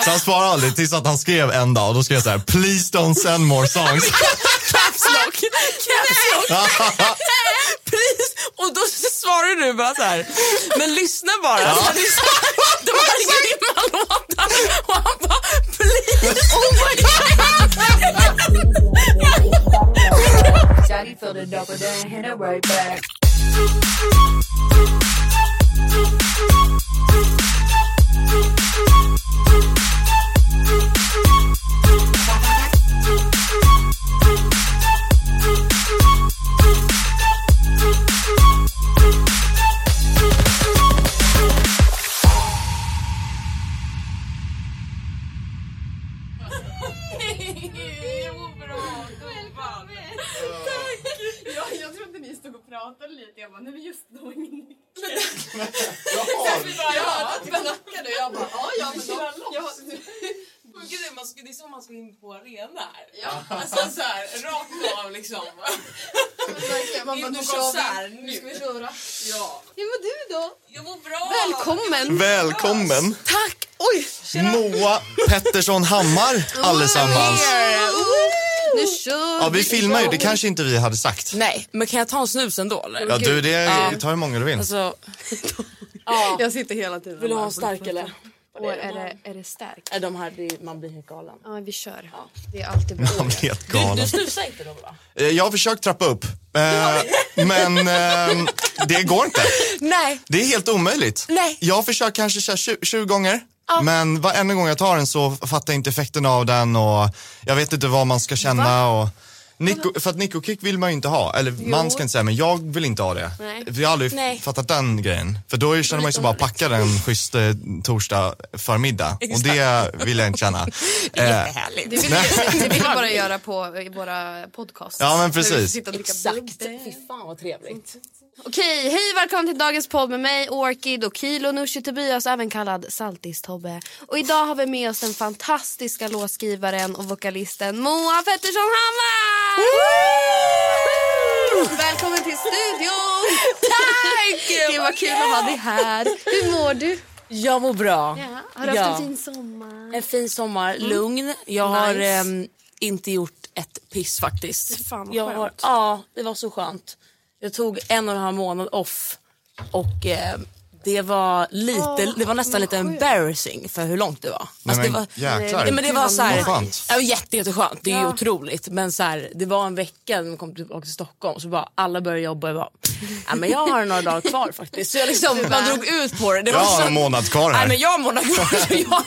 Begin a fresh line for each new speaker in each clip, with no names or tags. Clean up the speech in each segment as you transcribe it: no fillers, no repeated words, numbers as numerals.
Så han svarade aldrig tills att han skrev en dag. Och då skrev jag så här: please don't send more songs.
Caps lock. Please. Och då svarar du bara så här: men lyssna bara. Ja. Så de har grymma låtar. Och han bara: please. Oh my god.
Daddy filled it up and then hit it right back.
Jag trodde ni stod och pratade lite. Jag bara, nej men just då ingen nyckel. Jag bara, ja men då.
Det är som man ska in på arena här. Ja. Alltså så här, rakt av liksom.
Man bara, nu ska vi köra. Ja.
Ja, men du då?
Jag mår bra.
Välkommen.
Tack. Oj.
Moa Pettersson Hammar allesammans.
Nu kör
Ja, vi filmar ju, det kanske inte vi hade sagt.
Nej, men kan jag ta en snus ändå eller?
Ja, du, det tar hur många du vill.
Alltså,
Jag sitter hela tiden.
vill du ha en stark eller?
Och är det starkt?
Är de här, man blir helt galen.
Ja, vi kör. Ja. Det är alltid bra.
Man blir helt galen.
Du snusar inte då va?
Jag har försökt trappa upp. Men det går inte.
Nej.
Det är helt omöjligt.
Nej.
Jag har försökt kanske 20 gånger. Men varenda gång jag tar den så fattar jag inte effekten av den. Och jag vet inte vad man ska känna. Och för att Nico Kick vill man ju inte ha. Eller man ska inte säga, men jag vill inte ha det.
Nej.
För jag har aldrig fattat den grejen. För då känner man ju så bara packa den schysst torsdag förmiddag. Och det vill jag inte känna.
Det är härligt.
Det vill vi bara göra i våra podcasts.
Ja, men precis.
Exakt. Fy fan vad trevligt.
Okej, hej, välkommen till dagens podd med mig, Orkid och Kilo Nushi Tobias, även kallad Saltis-Tobbe. Och idag har vi med oss den fantastiska låtskrivaren och vokalisten Moa Pettersson Hammar! Välkommen till studion!
Tack!
Det var kul att ha dig här. Hur mår du?
Jag mår bra.
Ja. Har du haft en fin sommar?
En fin sommar, lugn. Jag har inte gjort ett piss faktiskt.
Fan vad skönt.
Ja, det var så skönt. Jag tog 1,5 månad off och det var lite, det var nästan lite embarrassing för hur långt det var.
Nej,
Alltså,
men
det var
jäklar.
men det var så här,
Vad skönt.
ja, jätteskönt. Det är ju otroligt, men så här, det var en vecka när vi kom tillbaka till Stockholm så bara alla började jobba och jag bara, ja men jag har några dagar kvar faktiskt. Så jag liksom, man drog ut på det. Det var
Jag har
så,
en månad kvar här.
Nej men jag har en månad kvar.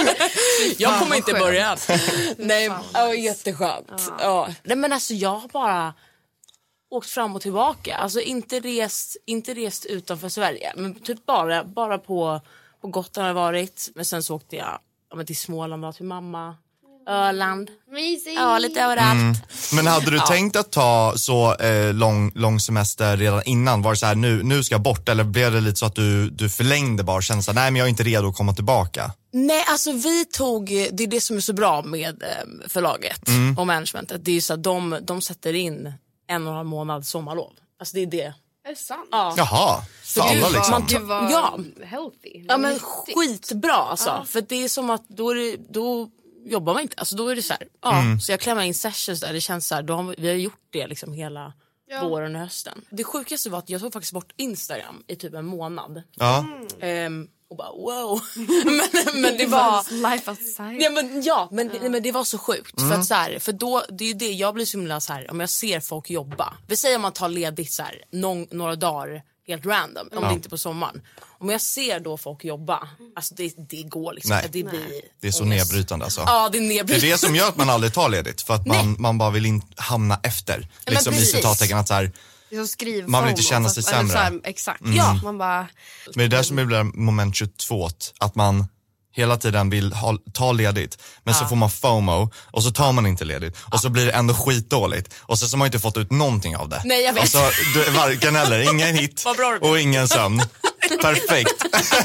Jag kommer inte börja. Nej, jätteskönt. Ja. Nej men alltså jag har bara åkt fram och tillbaka. Alltså inte rest utanför Sverige. Men typ bara på Gotland har jag varit. Men sen så åkte jag till Småland och till mamma. Öland.
Mysigt.
Ja, lite överallt.
Men hade du tänkt att ta så lång semester redan innan? Var det så här, nu ska jag bort? Eller blev det lite så att du förlängde bara och kände så här, nej men jag är inte redo att komma tillbaka?
Nej, alltså det är det som är så bra med förlaget och managementet. Det är ju så att de sätter in 1,5 månad sommarlov. Alltså det är det.
Är det sant?
Ja.
Jaha, för alla liksom.
Du var healthy.
Ja men skitbra alltså. Ja. För det är som att då jobbar man inte. Alltså då är det så här. Så jag klämmer in sessions där. Det känns så här, vi har gjort det liksom hela våren och hösten. Det sjukaste var att jag tog faktiskt bort Instagram i typ en månad.
Ja.
Och bara wow. men det var
life outside.
Men det var så sjukt för att så här, för då det är ju det jag blir så himla så här, om jag ser folk jobba. Vi säger om man tar ledigt så här några dagar helt random om det inte är på sommaren. Om jag ser då folk jobba, alltså det går liksom.
Nej. Det är så nedbrytande alltså.
Ja, det är nedbrytande.
Det är det som gör att man aldrig tar ledigt. För att man bara vill hamna efter. Liksom i citattecken att så här, man vill inte känna sig sämre.
Här, exakt. Ja, man bara.
Men det är där som blir moment 22. Att man hela tiden vill ta ledigt. Men så får man FOMO. Och så tar man inte ledigt. Och så blir det ändå skitdåligt. Och så har man inte fått ut någonting av det.
Nej, jag vet.
Och så varken eller. Ingen hit och ingen sömn. Perfekt.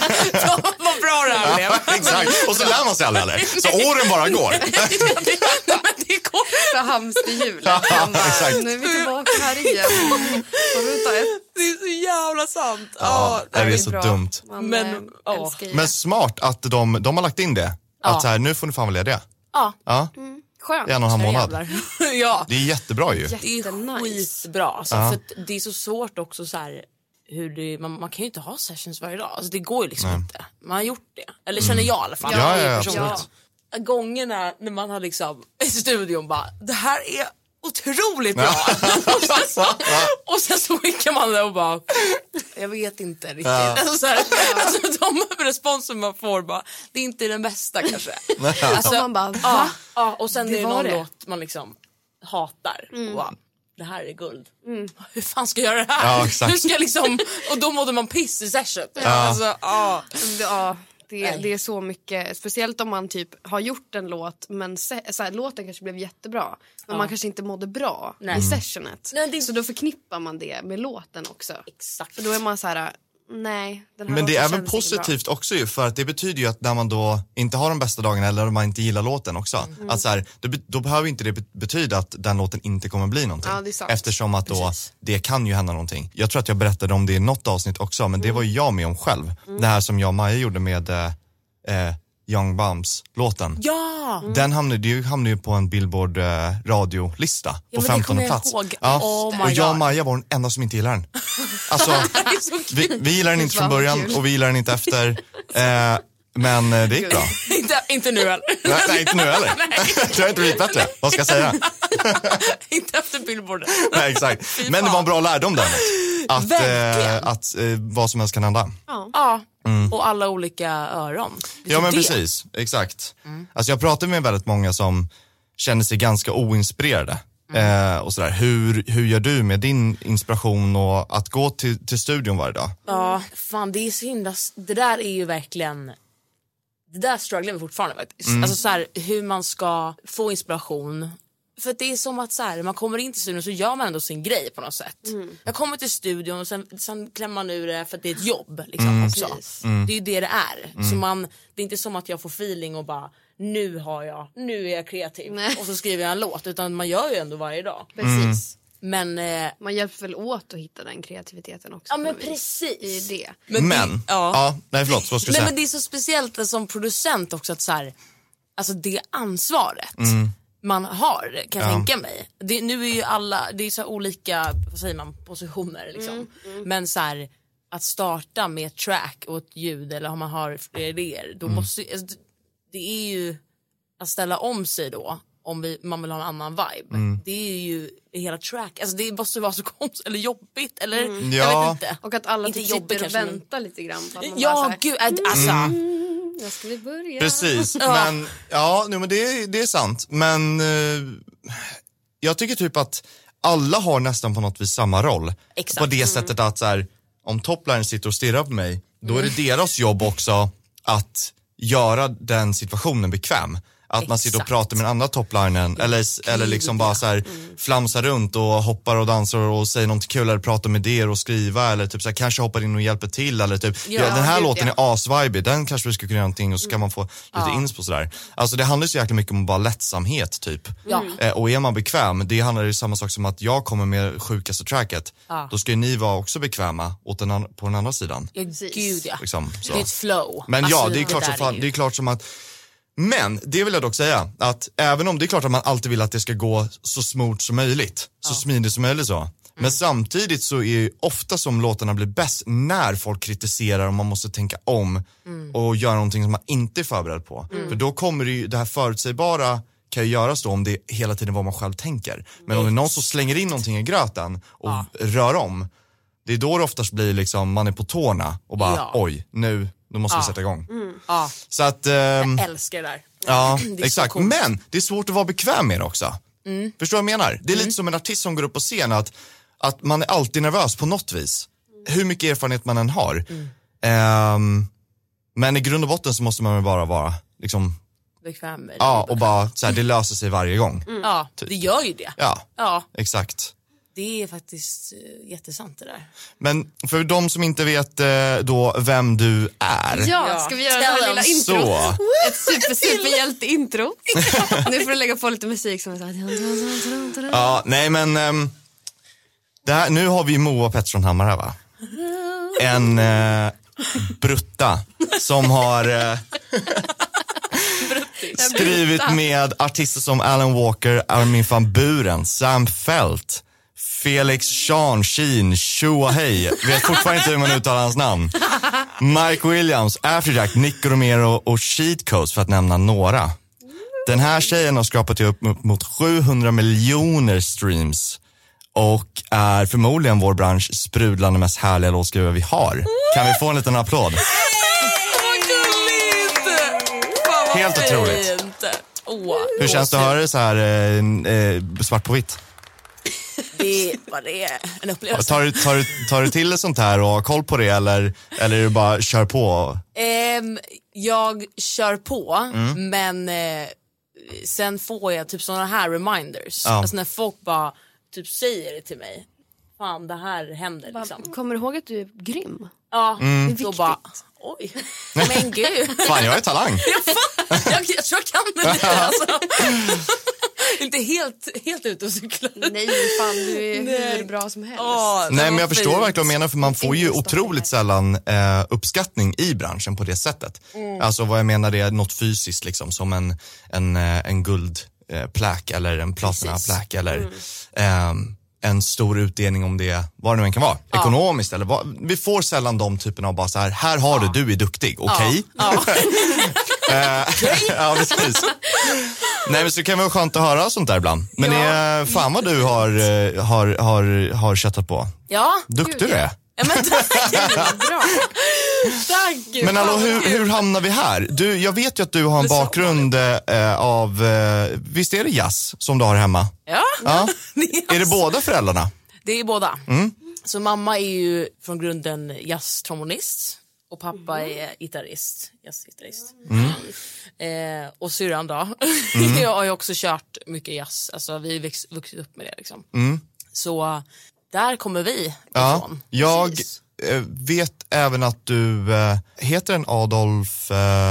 Vad bra det här blev.
Ja, exakt. Och så lär man sig aldrig heller. Så åren bara går.
Det går.
Så hamsterhjul.
Ja, exakt.
Nu är vi tillbaka här igen.
Det är så jävla sant.
Ja, det är så
bra.
dumt.
Men
Men smart att de har lagt in det Att så här, nu får ni fan välja det.
Ja.
Skönt.
I 1,5 månad.
Ja.
Det är jättebra ju.
Det är skitbra. Alltså, för att det är så svårt också så här, man kan ju inte ha sessions varje dag. Alltså, det går ju liksom inte. Man har gjort det. Eller känner jag i alla fall.
Ja, absolut.
Gångerna när man har liksom i studion bara, det här är otroligt bra. och sen så skickar man det och bara, jag vet inte riktigt. Alltså, så här, alltså, de responsen man får bara, det är inte den bästa kanske.
Alltså, man bara, va?
Ja, och sen
Det
är det
var
någon
det.
låt man liksom hatar. Och bara, det här är guld. Hur fan ska jag göra det här?
Ja, exakt.
Hur ska jag liksom, och då mådde man piss i session. Alltså,
Det är så mycket, speciellt om man typ har gjort en låt men så här, låten kanske blev jättebra men man kanske inte mådde bra i sessionet.
Nej,
så då förknippar man det med låten också.
Exakt.
För då är man så här, nej, den här
Men det är
låten
även
känns inte
positivt också ju, för att det betyder ju att när man då inte har de bästa dagarna eller om man inte gillar låten också, att så här, då behöver inte det betyda att den låten inte kommer bli någonting.
Ja, det är sant.
Eftersom att då, det kan ju hända någonting. Jag tror att jag berättade om det i något avsnitt också, men det var ju jag med om själv. Det här som jag och Maja gjorde med Young Bums-låten.
Ja!
Den hamnade ju på en Billboard radiolista på 15:e plats. Ja. Och jag och Maja var den enda som inte gillar den. Alltså, vi gillar den inte från början och vi gillar den inte efter. Men det gick bra.
inte nu heller.
Nej, inte nu heller. Det har inte blivit bättre. Vad ska jag säga?
Inte efter Billboarden.
Nej, exakt. Men det var en bra lärdom där. Att vad som helst kan hända.
Ja, och alla olika öron.
Ja, men precis. Exakt. Alltså jag pratar med väldigt många som känner sig ganska oinspirerade. Och sådär. Hur gör du med din inspiration och att gå till studion varje dag?
Ja, fan det är så himla, det där är ju verkligen, det där strugglar vi fortfarande faktiskt. Alltså så här, hur man ska få inspiration. För att det är som att så här, man kommer in till studion så gör man ändå sin grej på något sätt. Jag kommer till studion och sen klämmer man ur det för att det är ett jobb liksom också. Det är ju det är. Så det är inte som att jag får feeling och bara, nu är jag kreativ.
Nej.
Och så skriver jag en låt, utan man gör ju ändå varje dag.
Precis.
Men
Man hjälper väl åt att hitta den kreativiteten också.
ja, men
på något vis.
precis.
Det är det.
Men nej förlåt, vad ska du säga?
Men det är så speciellt som producent också att så här, alltså det ansvaret man har, kan jag tänka mig. Nu är ju alla, det är så här olika, vad säger man, positioner liksom. Men så här, att starta med ett track och ett ljud eller om man har fler idéer, då måste alltså, det är ju att ställa om sig då om man vill ha en annan vibe. Det är ju hela track, alltså det måste vara så konstigt eller jobbigt eller jag vet inte.
Och att alla
Inte
typ
jobbigt
sitter och
kanske,
väntar lite grann på att man bara så
Ja,
här,
gud, alltså
jag skulle börja.
Precis, men men det är sant. Men jag tycker typ att alla har nästan på något vis samma roll.
Exakt.
På det sättet att så här, om toplinen sitter och stirrar på mig, då är det deras jobb också att göra den situationen bekväm. Att man sitter och pratar med den andra toplinen eller liksom bara så här flamsar runt och hoppar och dansar och säger något kul eller pratar med er och skriva eller typ så här, kanske hoppar in och hjälper till eller typ den här låten är asvibig, den kanske vi skulle kunna göra någonting och så kan man få lite inspo sådär. Alltså det handlar så jäkla mycket om bara lättsamhet typ. Och är man bekväm, det handlar ju samma sak som att jag kommer med sjukaste tracket. Då ska ju ni vara också bekväma på den andra sidan.
Ja, gud ja.
Liksom, så.
Det är ett flow.
Men
alltså,
det är klart som fan, det är klart som att. Men det vill jag dock säga att även om det är klart att man alltid vill att det ska gå så smooth som möjligt, så smidigt som möjligt så. Men samtidigt så är ju ofta som låtarna blir bäst när folk kritiserar och man måste tänka om och göra någonting som man inte är förberedd på. För då kommer det här förutsägbara kan ju göras då om det är hela tiden vad man själv tänker. Men om det är någon som slänger in någonting i gröten och rör om, det är då det oftast blir liksom man är på tårna och bara oj, nu måste vi sätta igång. Så att
jag älskar det där.
Ja, exakt. Men det är svårt att vara bekväm med det också. Förstår du vad jag menar? Det är lite som en artist som går upp på scen att man är alltid nervös på något vis. Hur mycket erfarenhet man än har. Men i grund och botten så måste man bara vara liksom
Bekväm med
och bara så här, det löser sig varje gång.
Ja, det gör ju det.
Ja, exakt.
Det är faktiskt jättesant det där.
Men för de som inte vet då vem du är.
Ja, ska vi göra det här lilla intro?
Så.
Ett superhjälte-intro. Nu får du lägga på lite musik som är så här.
Ja, nej men det här, nu har vi Moa Pettersson Hammar här va? En brutta som har skrivit med artister som Alan Walker, Armin van Buren, Sam Felt, Felix Jean, Sheen, Shua Hey. Vet fortfarande inte hur man uttalar hans namn. Mike Williams, Afterjack, Nico Romero och Cheat Codes, för att nämna några. Den här tjejen har skapat upp mot 700 miljoner streams och är förmodligen vår bransch sprudlande mest härliga låtskrivare vi har. Kan vi få en liten applåd? Helt otroligt. Hur känns det att höra det så här svart på vitt?
Det är en upplevelse.
Tar du till det sånt här och har koll på det, eller är det bara kör på?
Jag kör på, men sen får jag typ såna här reminders.
Ja.
Alltså när folk bara typ säger det till mig. Fan, det här händer liksom.
Kommer du ihåg att du är grym?
Ja, då bara, oj, men gud.
Fan, jag är talang.
Jag tror jag kan det alltså. Inte helt ute och cykla.
Nej, fan, du är hur bra som helst.
Nej, men jag förstår verkligen vad du menar, för man får ju otroligt sällan uppskattning i branschen på det sättet. Alltså vad jag menar, det är något fysiskt liksom, som en guldplack eller en platinaplack eller en stor utdelning, om det, vad det nu än kan vara, ekonomiskt eller vad. Vi får sällan de typerna av bara så här har du är duktig, okej? Ja, precis. Nej, men så kan det vara skönt att höra sånt där ibland. Men fan vad du har köttat på.
Ja.
Duktig du är.
Ja, men bra. Tack.
Men alltså, hur hamnar vi här? Jag vet ju att du har en bakgrund av, visst är det jazz som du har hemma?
Ja.
Är det båda föräldrarna?
Det är båda. Så mamma är ju från grunden jazztrombonist och pappa är jazzgitarrist. Och syrran då. Jag har ju också kört mycket jazz. Alltså vi är vuxit upp med det liksom. Så där kommer vi ifrån.
Jag vet även att du heter en Adolf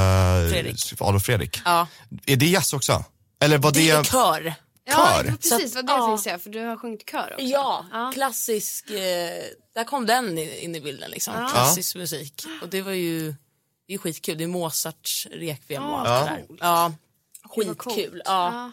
Fredrik.
Ja.
Är det jazz också? Eller var det
är kör.
Ja, precis vad det jag tänkte säga, för du har sjungit kör också.
Ja, klassisk, där kom den in i bilden liksom, klassisk musik. Och det är skitkul, det är Mozarts Requiem och allt det där. Ja, skitkul. Ja.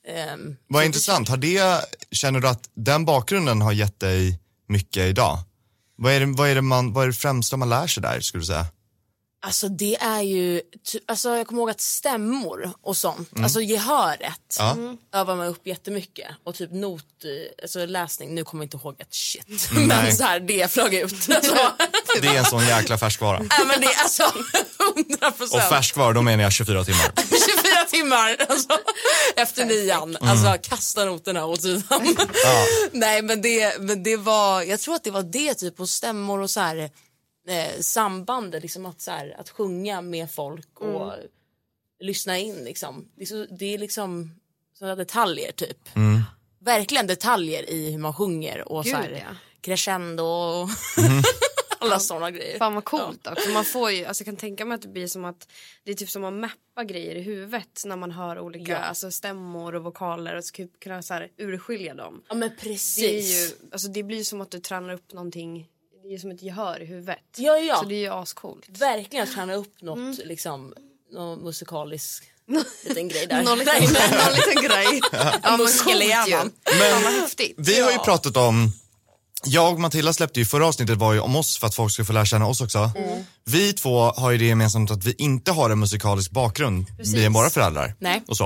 Vad intressant, känner du att den bakgrunden har gett dig mycket idag? Vad är det främsta man lär sig där, skulle du säga?
Alltså det är ju, alltså jag kommer ihåg att stämmor och sånt, alltså gehöret övar man upp jättemycket. Och typ alltså läsning, nu kommer jag inte ihåg ett shit. Men så här, det flög ut. Alltså,
det är en sån jäkla färskvara.
Ja, men det är alltså 100%.
Och färskvara, då menar jag 24 timmar.
24 timmar, alltså, efter 9. Alltså kasta noterna åt sidan. Nej, men det var, jag tror att det var det typ, och stämmor och så här, sambandet liksom, att sjunga med folk och lyssna in liksom. Det är liksom sådana detaljer typ. Verkligen detaljer i hur man sjunger och så här, crescendo och alla sådana grejer.
Fan vad coolt också. Man får ju, alltså jag kan tänka mig att det blir som att det är typ som att mappa grejer i huvudet när man hör olika alltså stämmor och vokaler och så kunna så här urskilja dem.
Ja, men precis.
Det är ju, alltså det blir som att du tränar upp någonting. Det är som ett gehör i huvudet.
Ja.
Så det är ju ascoolt.
Verkligen att träna upp något liksom, någon musikalisk liten grej där.
någon liten grej. Ja,
muskel i hjärnan.
Men vad häftigt.
Vi har ju pratat om, jag och Matilda släppte ju förra avsnittet var ju om oss för att folk ska få lära känna oss också. Vi två har ju det gemensamt att vi inte har en musikalisk bakgrund. Precis. Vi är bara föräldrar.
Nej.
Och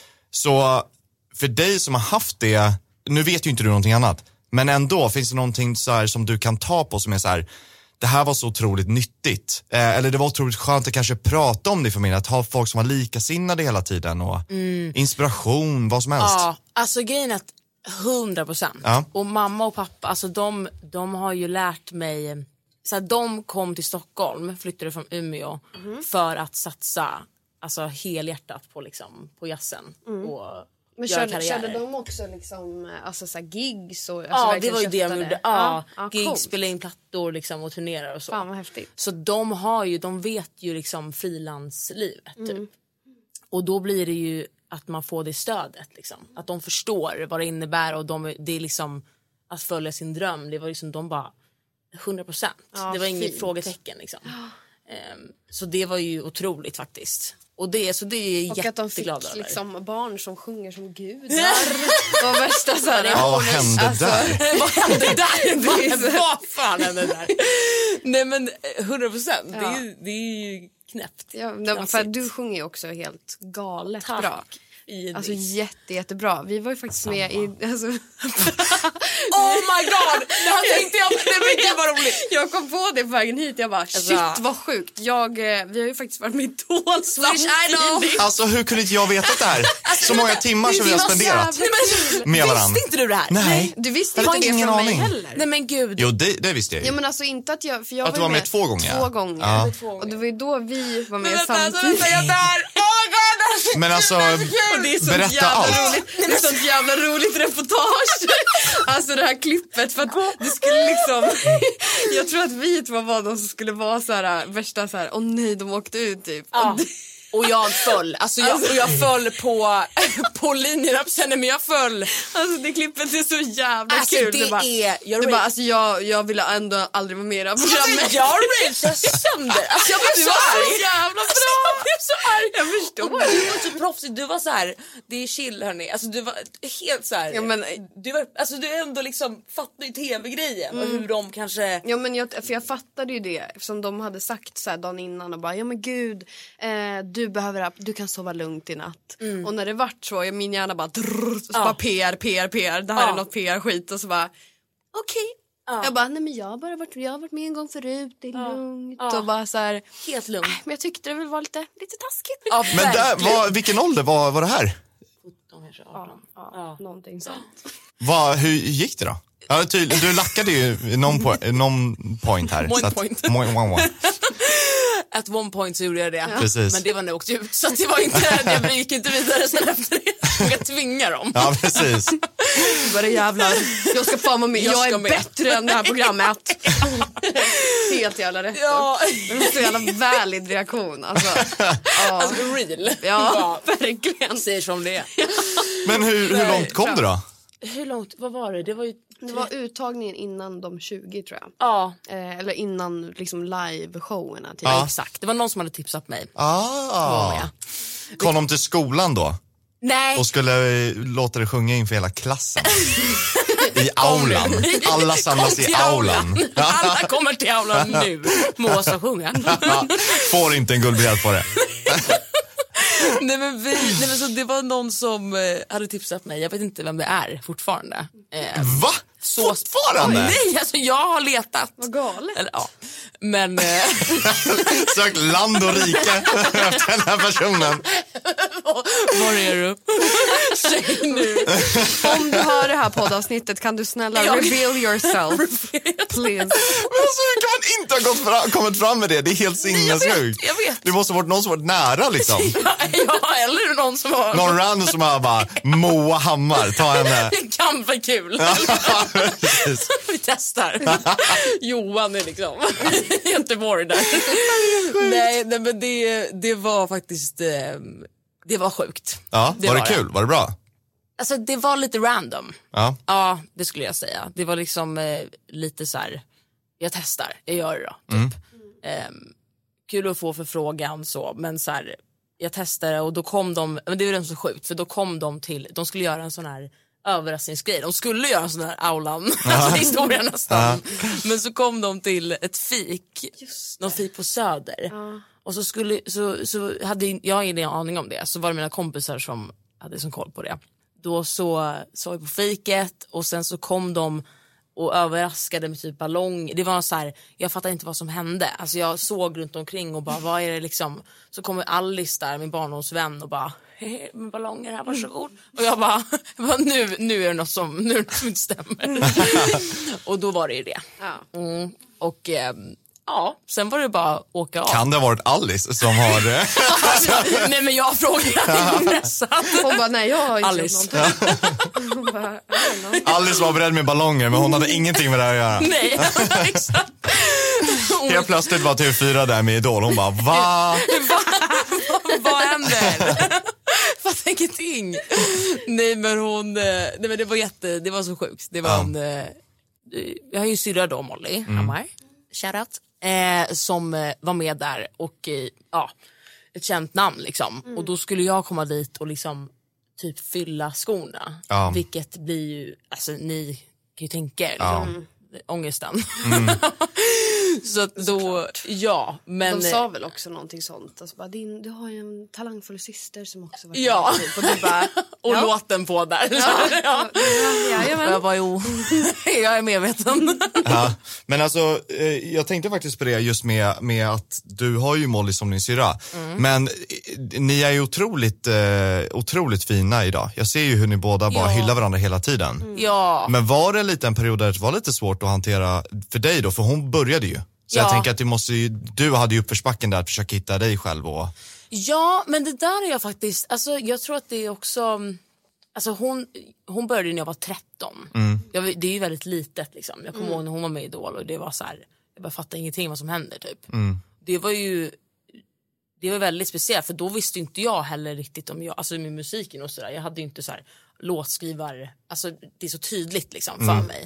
så för dig som har haft det, nu vet ju inte du någonting annat, men ändå, finns det någonting så här som du kan ta på som är så här, det här var så otroligt nyttigt. Eller det var otroligt skönt att kanske prata om det i familjen, att ha folk som var likasinnade hela tiden och inspiration, vad som helst.
Ja, alltså grejen är att 100%. Ja. Och mamma och pappa, alltså de har ju lärt mig, så här, de kom till Stockholm, flyttade från Umeå för att satsa alltså helhjärtat på liksom på jazzen och
men körde de också liksom, alltså så här gigs och alltså
ja, det var ju det de gjorde. Ja, gigs,
cool.
spela in plattor liksom och turnerar och så.
Fan vad häftigt.
Så de vet ju liksom frilanslivet typ. Och då blir det ju att man får det stödet liksom. Att de förstår vad det innebär och det är liksom att följa sin dröm. Det var liksom de bara 100%. Det var inget frågetecken liksom. Så det var ju otroligt faktiskt. Och det är
och att de fick
jätteglada över.
liksom barn som sjunger som gudar. Och värsta så här.
Ja, vad hände där?
Vad hände där?
så-
Vad fan hände där? Nej men 100%. Det är ju knäppt.
Ja, för att du sjunger ju också helt galet
Tack.
bra. Alltså jättebra. Vi var ju faktiskt med i... Alltså,
Oh my god! Det här tänkte jag. Det var roligt.
jag kom på det på vägen hit. Jag bara, shit vad sjukt. Vi har ju faktiskt varit med i Idol samtidigt.
Alltså hur kunde inte jag veta det här? Så många timmar som vi har spenderat med varandra.
Visste inte du det här?
Nej.
Du visste
Jag har
inte det
ingen
från mig
aning.
heller.
Nej men gud.
Jo, det visste jag ju.
Ja men alltså inte att jag... För jag
Att du var med 2 gånger.
2 gånger.
Ja.
Och det var ju då vi var med
Vänta,
samtidigt.
jag dör. Oh god!
Men alltså,
Och det är så
berätta
jävla
allt.
roligt. Det är sånt jävla roligt reportage. Alltså det här klippet, för att det skulle liksom... Jag tror att vi 2 var de som skulle vara så här värsta så här, åh nej, de åkte ut typ.
Ja. Och jag föll. Alltså jag föll på linjerna. Men jag föll.
Alltså det klippet är så jävla
Alltså
kul.
det
bara, alltså jag ville ändå aldrig vara med i det här programmet.
Jag rageade sönder. Alltså jag blev
Du
så
var
arg.
så jävla bra.
Jag blev så arg.
Jag förstår.
Och du var så proffsig. Du var så här, det är chill hörni. Alltså du var helt så här.
Ja, men,
du ändå liksom fattar ju tv-grejen och hur de kanske...
ja men jag fattade ju det eftersom de hade sagt så här dagen innan och bara, ja men gud, du kan sova lugnt i natt. Och när det vart så, min hjärna bara så bara PR, det här är något PR-skit och så bara okej. Jag bara, nej men jag har varit med en gång förut, det är lugnt och bara så här,
Helt lugnt.
men jag tyckte det väl var lite taskigt.
Ja,
Men där, vilken ålder var det här?
18.
Någonting sånt.
Hur gick det då? Ja, du lackade ju någon point här.
One
så att-
point.
One.
At one point så gjorde jag det.
Precis.
Men det var när jag åkte ut. Så att det var inte, jag gick inte vidare sen efter det. Jag tvingar dem.
Ja, precis.
Bara jävlar, jag ska fan vara med. Jag är bättre än det här programmet. Helt jävla rätt.
Ja.
Det var så jävla väldig reaktion. Alltså
Real.
ja, verkligen.
Säger som det är.
Men hur långt kom det då?
Hur långt, vad var det? Det var ju...
Det var uttagningen innan de 20 tror jag.
Ja.
Eller innan liksom live-showerna. Typ.
Ja, exakt. Det var någon som hade tipsat mig.
Kom de till skolan då?
Nej.
Och skulle låta det sjunga inför hela klassen. I aulan. Alla samlas i aulan.
Alla kommer till aulan nu. Måsa sjunga.
Får inte en guldbiljett på det.
Nej men så det var någon som hade tipsat mig. Jag vet inte vem det är fortfarande.
Va? Fortfarande?
Nej, alltså jag har letat.
Vad galet.
Eller, ja. Men...
Sökt land och rike efter den här personen.
Var är du? Säg nu.
Om du hör det här poddavsnittet kan du snälla reveal yourself. Please.
Men alltså, hur kan man inte ha kommit fram med det? Det är helt sinnessjukt.
Jag vet.
Det måste ha varit någon som varit nära liksom.
Ja, eller någon som har...
Någon random som har bara, Moa Hammar, ta henne.
Det kan vara kul.
Precis.
Vi testar. Johan är liksom Göteborg där. Nej men det var faktiskt det var sjukt.
Ja, var det kul? Var det bra?
Alltså det var lite random.
Ja.
Ja, det skulle jag säga. Det var liksom lite så här, jag testar, jag gör det då typ. Kul att få förfrågan så, men så här, jag testade och då kom de, men det är ju så sjukt för då kom de till, de skulle göra en sån här överraskningsgrej. De skulle göra en sån här aulan, alltså historia nästan. Men så kom de till ett fik, någon fik på Söder. Och så hade jag ingen aning om det. Så var det mina kompisar som hade som koll på det. Då så var vi på fiket och sen så kom de och överraskade med typ ballong. Det var så här, jag fattar inte vad som hände. Alltså jag såg runt omkring och bara, vad är det liksom? Så kommer Alice där, min barndomsvän, och bara, med ballonger här, varsågod. Och jag bara nu är det något som inte stämmer. Och då var det ju det. Och ja, sen var det bara att åka av.
Kan det ha varit Alice som har det?
Nej men jag frågade pressat.
Hon bara, nej jag har inte
Alice.
gjort någonting. Hon bara,
Alice var beredd med ballonger men hon hade ingenting med det här att göra.
Nej, exakt.
Helt plötsligt var TV4 där med Idol. Hon bara, va?
Vad händer? Fattar ingenting. Nej men det var så sjukt. Det var jag har ju syrra då, Molly Hammar, shoutout, som var med där och ett känt namn liksom. Och då skulle jag komma dit och liksom typ fylla skorna. Vilket blir ju, alltså ni kan ju tänka er liksom, ångesten. Så att då, men...
De sa väl också någonting sånt. Alltså bara, du har ju en talangfull syster som också var
och du bara... och låten på där. Och jag bara, jag är medveten.
Men alltså, jag tänkte faktiskt på det just med att du har ju Molly som din syra. Men ni är ju otroligt fina idag. Jag ser ju hur ni båda bara hyllar varandra hela tiden. Men var det en liten period där det var lite svårt att hantera för dig då? För hon började ju. Så jag tänker att du hade ju uppförsbacken där att försöka hitta dig själv.
Ja, men det där är jag faktiskt... Alltså, jag tror att det är också... Alltså hon började när jag var 13. Det är ju väldigt litet liksom. Jag kommer ihåg när hon var med i Idol och det var så här, jag bara fattade ingenting vad som händer typ. Det var väldigt speciellt för då visste inte jag heller riktigt om alltså med musiken och sådär. Jag hade ju inte så här låtskrivare, alltså det är så tydligt liksom för mig.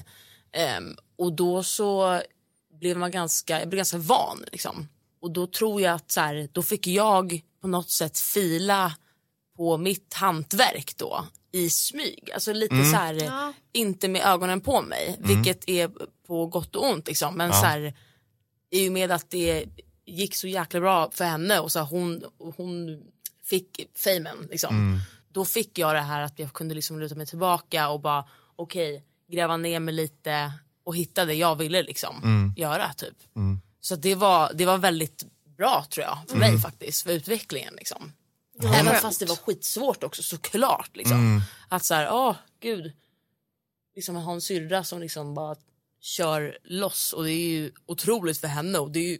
Och då så blev jag ganska van liksom. Och då tror jag att så här, då fick jag på något sätt fila på mitt hantverk då i smyg, alltså lite så här inte med ögonen på mig, vilket är på gott och ont liksom, men så här, i och med att det gick så jäkla bra för henne och så hon fick famen liksom. Då fick jag det här att jag kunde liksom luta mig tillbaka och bara gräva ner mig lite och hitta det jag ville liksom göra typ. Så det var väldigt bra tror jag för mig faktiskt, för utvecklingen liksom. Även fast det var skitsvårt också såklart liksom. Att så här, gud liksom ha en syrra som liksom bara kör loss och det är ju otroligt för henne och det är ju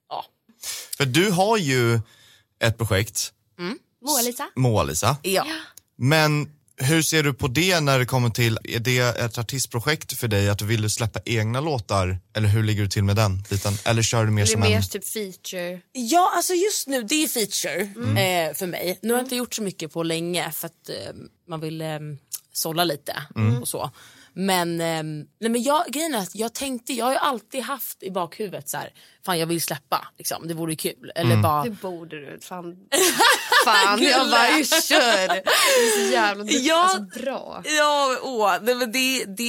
För du har ju ett projekt Moa-Lisa.
Ja.
Men hur ser du på det när det kommer till, är det ett artistprojekt för dig att du vill släppa egna låtar eller hur ligger du till med den biten? Eller kör du mer som en...
typ feature?
Ja, alltså just nu det är feature för mig. Nu har jag inte gjort så mycket på länge för att man vill sålla lite och så. Men grejen är att jag har ju alltid haft i bakhuvudet så här, fan jag vill släppa liksom, det vore kul eller bara
det borde du fan jag bara kör. Det är så jävla alltså, bra.
Men det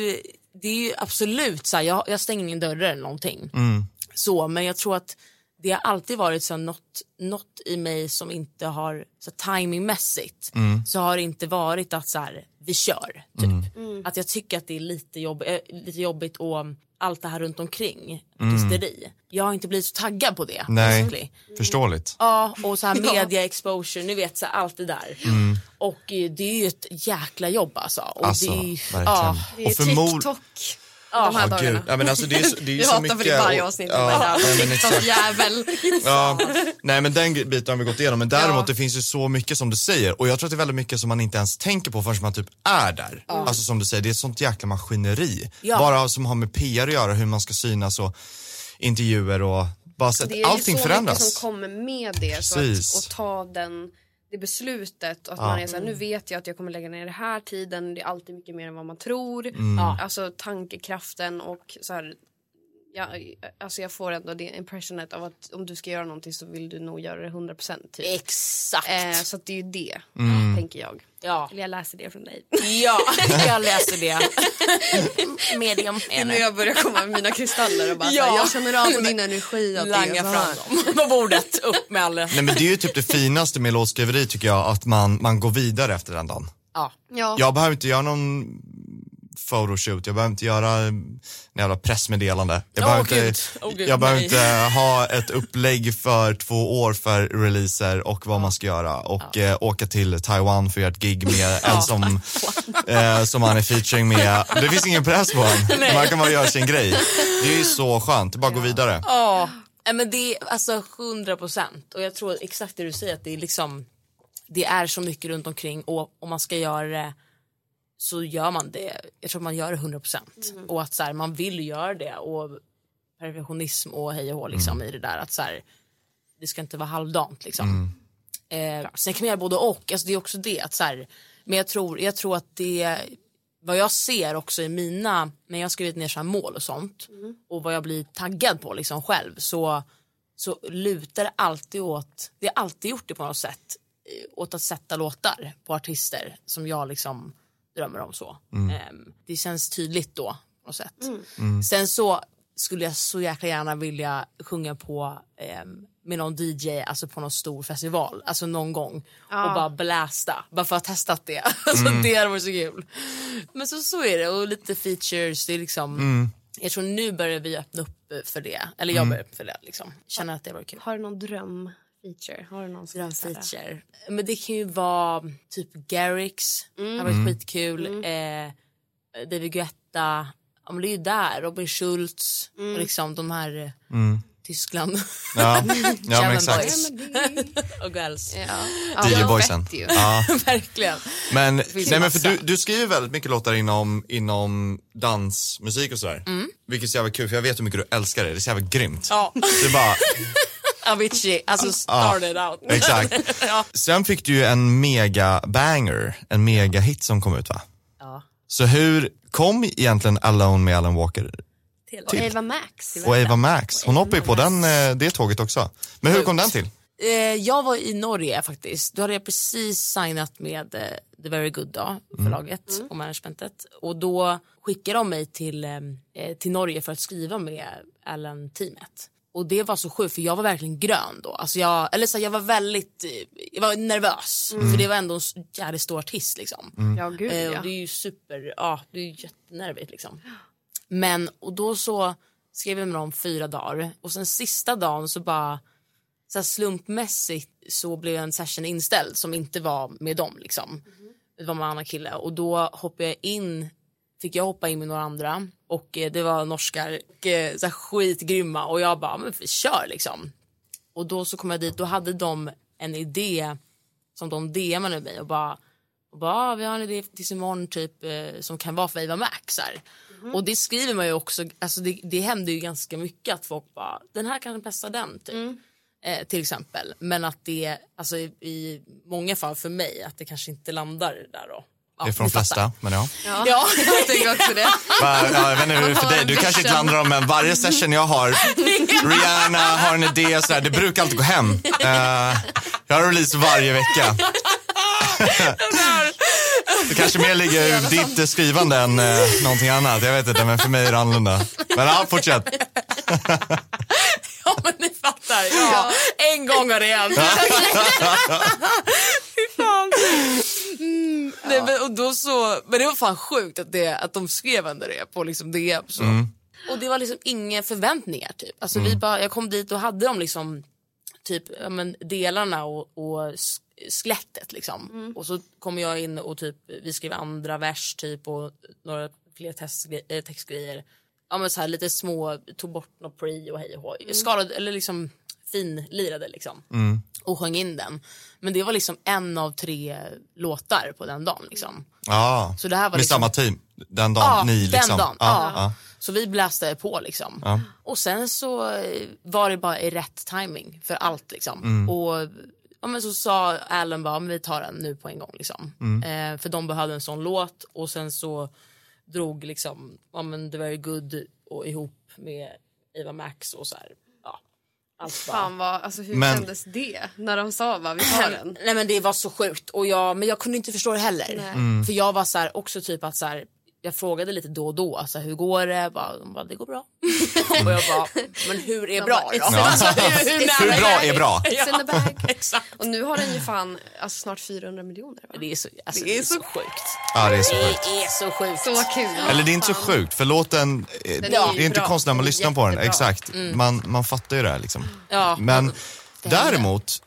är ju absolut så här, jag stänger ingen dörr eller någonting. Så, men jag tror att det har alltid varit så något i mig som inte har så timingmässigt så har det inte varit att så här, vi kör typ. Att jag tycker att det är lite jobbigt och allt det här runt omkring artisteri. Jag har inte blivit så taggad på det.
Nej,
basically.
förståeligt.
Ja, och så här media exposure, ni vet så här, allt det där. Och det är ju ett jäkla jobb alltså. Och
alltså,
det är,
verkligen.
Det är TikTok. De här dagarna.
Ja, men alltså det är ju så mycket.
Vi hatar för det varje avsnitt. TikTok-jävel.
Nej, men den biten har vi gått igenom. Men däremot det finns ju så mycket som du säger. Och jag tror att det är väldigt mycket som man inte ens tänker på förrän man typ är där. Alltså som du säger, det är ett sånt jäkla maskineri. Bara som har med PR att göra, hur man ska synas och intervjuer och bara så att allting förändras.
Det är ju så mycket som kommer med det. Så att ta det beslutet och att man är så här, nu vet jag att jag kommer lägga ner det här tiden, det är alltid mycket mer än vad man tror. Alltså tankekraften och så här, alltså jag får ändå det impressionet av att om du ska göra någonting så vill du nog göra det 100% typ.
Exakt.
Så att det är ju det, tänker jag.
Ja.
Eller jag läser det från dig.
Ja, jag läser det. Medium.
Nu jag börjar komma med mina kristaller och bara så här, jag känner av din energi.
Langa fram dem på bordet, upp med alla.
Nej, men det är ju typ det finaste med låtskriveri tycker jag, att man går vidare efter den dagen.
Ja.
Jag behöver inte göra någon photoshoot, jag behöver inte göra en jävla pressmeddelande. Jag behöver inte ha ett upplägg för 2 år för releaser och vad man ska göra och åka till Taiwan för att göra ett gig med en som man är featuring med. Det finns ingen press på en. Man kan bara göra sin grej. Det är ju så skönt, bara gå vidare.
Men det är alltså 100%. Och jag tror exakt det du säger, att det är liksom, det är så mycket runt omkring och om man ska göra det så gör man det. Jag tror man gör det 100%. Och att så här, man vill göra det. Och perfektionism och hej och hå liksom, i det där. Att så här, det ska inte vara halvdant liksom. Sen kan man göra både och. Alltså, det är också det. Att, så här, men jag tror att det... Vad jag ser också i mina... När jag skrivit ner så här mål och sånt. Och vad jag blir taggad på liksom själv. Så så lutar det alltid åt, det har alltid gjort det på något sätt, åt att sätta låtar på artister som jag liksom drömmer om så. Det känns tydligt då på något sätt. Sen så skulle jag så jäkla gärna vilja sjunga på med någon DJ, alltså på någon stor festival, alltså någon gång och bara blästa, bara för att ha testat det. Alltså det var så kul. Men så är det, och lite features, det är liksom jag tror nu börjar vi öppna upp för det, eller jag börjar för det liksom. Känner att det var kul.
Har du någon drömfeature? Har du någon
drömfeature? Men det kan ju vara typ Garrix, det har varit skitkul. David Guetta, ja, men det är ju där, Robin Schultz och liksom de här Tyskland.
Ja, men exakt.
Och girls.
DJ-boysen. Ja.
Verkligen.
Men, nej, men för du skriver väldigt mycket låtar inom dansmusik och sådär. Vilket är så jävla kul, för jag vet hur mycket du älskar det. Det är så jävla grymt.
Ja.
Det är bara...
Avicii, alltså started out.
Exakt. Sen fick du ju en mega banger, en mega hit som kom ut, va?
Ja.
Så hur kom egentligen Alone med Alan Walker
Och Ava Max.
Och Ava Max. Hon hoppade ju på det tåget också. Men hur kom den till?
Jag var i Norge faktiskt. Då hade jag precis signat med The Very Good då, förlaget och managementet. Och då skickade de mig till Norge för att skriva med Alan-teamet. Och det var så sjukt, för jag var verkligen grön då. Alltså jag var nervös. För det var ändå en jävligt stor artist liksom.
Ja, gud, ja.
Och det är ju det är ju jättenervigt liksom. Men, och då så skrev jag med dem 4 dagar. Och sen sista dagen så bara så här slumpmässigt så blev en session inställd som inte var med dem liksom. Det var med en annan kille. Och då fick jag hoppa in med några andra. Och det var norskar så här skitgrymma. Och jag bara, men kör liksom. Och då så kom jag dit, då hade de en idé som de DMade mig och bara vi har en idé tills imorgon typ som kan vara för Ava Max här. Och det skriver man ju också, alltså det händer ju ganska mycket att folk bara, den här kan passa den typ. Till exempel. Men att det, alltså i många fall för mig, att det kanske inte landar där då. Ja,
det är från de flesta, men ja.
Ja, jag tänker också det.
Jag vet inte hur för dig, du kanske inte landar om, men varje session jag har, Rihanna har en idé och sådär, det brukar alltid gå hem. Jag har release varje vecka. Det kanske mer ligger i ditt skrivande än någonting annat. Jag vet inte, men för mig är det annorlunda. Men ja, fortsätt.
Ja, men ni fattar. Ja. En gång har det hänt. Fy fan. Nej, men det var fan sjukt att de skrev ändå det på liksom DM så. Och det var liksom inga förväntningar typ. Alltså jag kom dit och hade de liksom typ delarna och skelettet liksom. Och så kom jag in och typ vi skrev andra vers typ och några fler textgrejer. Ja, men så här lite små, tog bort något pre och hej och hoj. Skalade, eller liksom finlirade liksom. Och sjöng in den. Men det var liksom 1 av 3 låtar på den dagen liksom.
Ja,
så det här var
med
liksom,
samma team den dagen, ni liksom.
Den dagen, ja. Så vi blästade på liksom. Ja. Och sen så var det bara i rätt timing för allt liksom. Och ja, men så sa Alan bara, men vi tar den nu på en gång liksom. För de behövde en sån låt. Och sen så drog liksom The Very Good och ihop med Ava Max och så här. Ja, allt
fan vad, alltså hur kändes det när de sa vi tar den?
Nej, men det var så sjukt. Och men jag kunde inte förstå det heller. För jag var så här, också typ att så här, jag frågade lite då och då, alltså, hur går det? De bara, det går bra. Och jag bara, men hur är bra då?
Ja.
Alltså,
hur bra är bra?
Ja, exakt.
Och nu har den ju fan snart 400 miljoner. Va?
Det är så sjukt.
Ja, det är så sjukt.
Det är så sjukt.
Så kul.
Eller det är inte så sjukt, för låten det är inte konstigt när man lyssnar på den. Exakt, man fattar ju det här liksom.
Ja,
men däremot,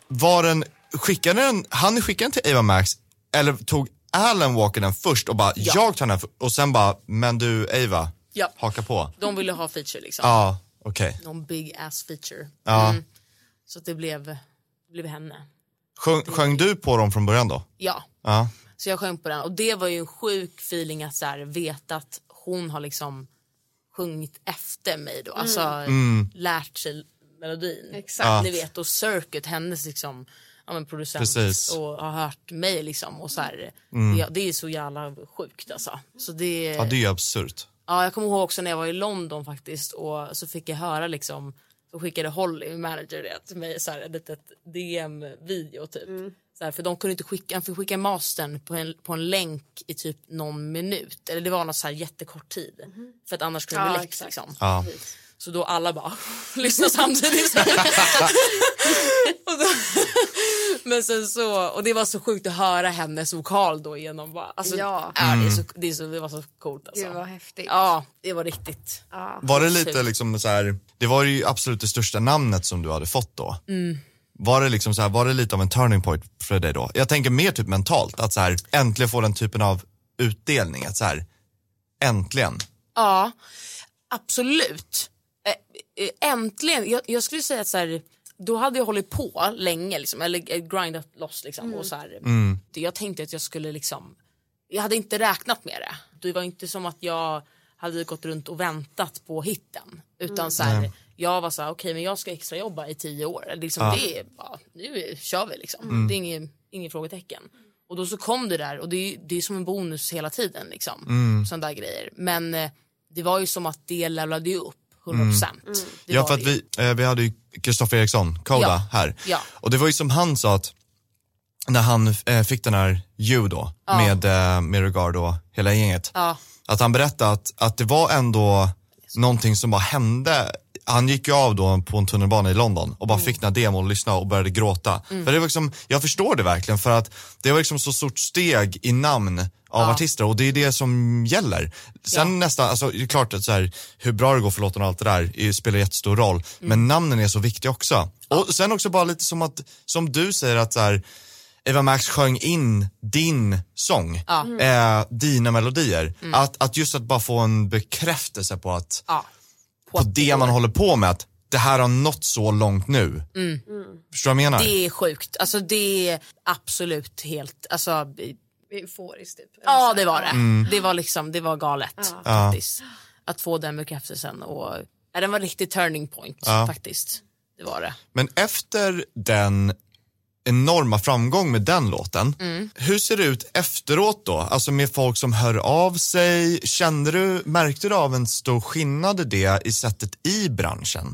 han skickade den till Ava Max, eller tog Alan Walker den först och bara, jag tar den och sen bara, men du Ava, haka på.
De ville ha feature liksom.
Ja, okej.
Någon big ass feature.
Ja.
Så det blev henne.
Sjöng du på dem från början då?
Ja.
Ja.
Så jag sjöng på den. Och det var ju en sjuk feeling att så här, veta att hon har liksom sjungit efter mig då. Alltså lärt sig melodin.
Exakt.
Ni vet, och Circuit, hennes liksom, producent.
Precis.
Och har hört mig liksom. Och så här, det är så jävla sjukt alltså. Så det,
ja, det är ju absurt.
Ja, jag kommer ihåg också när jag var i London faktiskt. Och så fick jag höra liksom så skickade Holly, min manager, det till mig så här, ett litet DM-video typ. Så här, för de kunde inte skicka mastern på en länk i typ någon minut. Eller det var något så här jättekort tid. För att annars kunde det bli läckt liksom.
Ja.
Så då alla bara lyssnar samtidigt. Men sen så, och det var så sjukt att höra hennes vokal då igenom bara, alltså, det var så coolt alltså.
Det var häftigt.
Ja, det var riktigt.
Var det lite liksom så här, det var ju absolut det största namnet som du hade fått då. Var det liksom så här, var det lite av en turning point för dig då? Jag tänker mer typ mentalt, att så här äntligen få den typen av utdelning, att så här äntligen.
Ja, absolut. Äntligen, jag skulle säga att så här, då hade jag hållit på länge liksom, eller grindat loss liksom, och så här, jag tänkte att jag skulle liksom, jag hade inte räknat med det. Det var inte som att jag hade gått runt och väntat på hitten, utan så här, jag var så här, okej, men jag ska extra jobba i 10 år liksom, det är bara, nu kör vi liksom. Det är ingen frågetecken. Och då så kom det där, och det är som en bonus hela tiden liksom, sådana där grejer. Men det var ju som att det levlade upp 100%.
Ja, för att vi hade ju Kristoffer Eriksson, Koda, här. Ja. Och det var ju som han sa, att när han fick den här då med Regard och hela gänget, att han berättade att det var ändå någonting som bara hände. Han gick ju av då på en tunnelbana i London och bara fick den här demon och lyssna och började gråta. För det var liksom, jag förstår det verkligen, för att det var liksom så stort steg i namn av artister, och det är det som gäller. Sen nästan, alltså det är klart att så här, hur bra det går för låten och allt det där spelar jättestor roll, men namnen är så viktiga också. Och sen också bara lite som att, som du säger, att så här, Eva Max sjöng in din sång, dina melodier, att just att bara få en bekräftelse på att på det man håller på med, att det här har nått så långt nu. Förstår du vad jag menar?
Det är sjukt, alltså det är absolut helt, alltså
Euforiskt typ.
Ja, det var det. Det var liksom, det var galet faktiskt. Att få den bekräftelsen, och den var riktigt turning point faktiskt. Det var det.
Men efter den enorma framgång med den låten, hur ser det ut efteråt då? Alltså med folk som hör av sig, märkte du av en stor skillnad i det i sättet i branschen?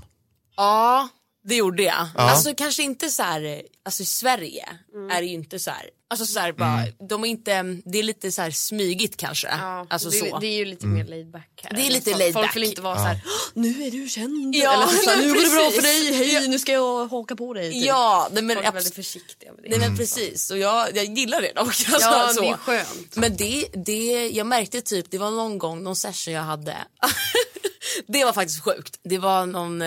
Ja, det gjorde jag. Alltså kanske inte så här, alltså i Sverige är det ju inte så här, alltså så här bara, de är inte, det är lite så här smygigt kanske. Alltså
det är ju lite mer laid back här.
Det är lite laid back.
Folk vill inte vara så här, nu är du känd.
Ja,
eller så här, nu går det bra
precis.
för dig. Hej, nu ska jag haka på dig. Typ.
Ja, men
folk är väldigt försiktiga med det.
Nej, men precis. Och jag gillar det dock. Alltså,
ja,
så.
det är skönt.
Men det jag märkte typ, det var någon session jag hade. Det var faktiskt sjukt. Det var någon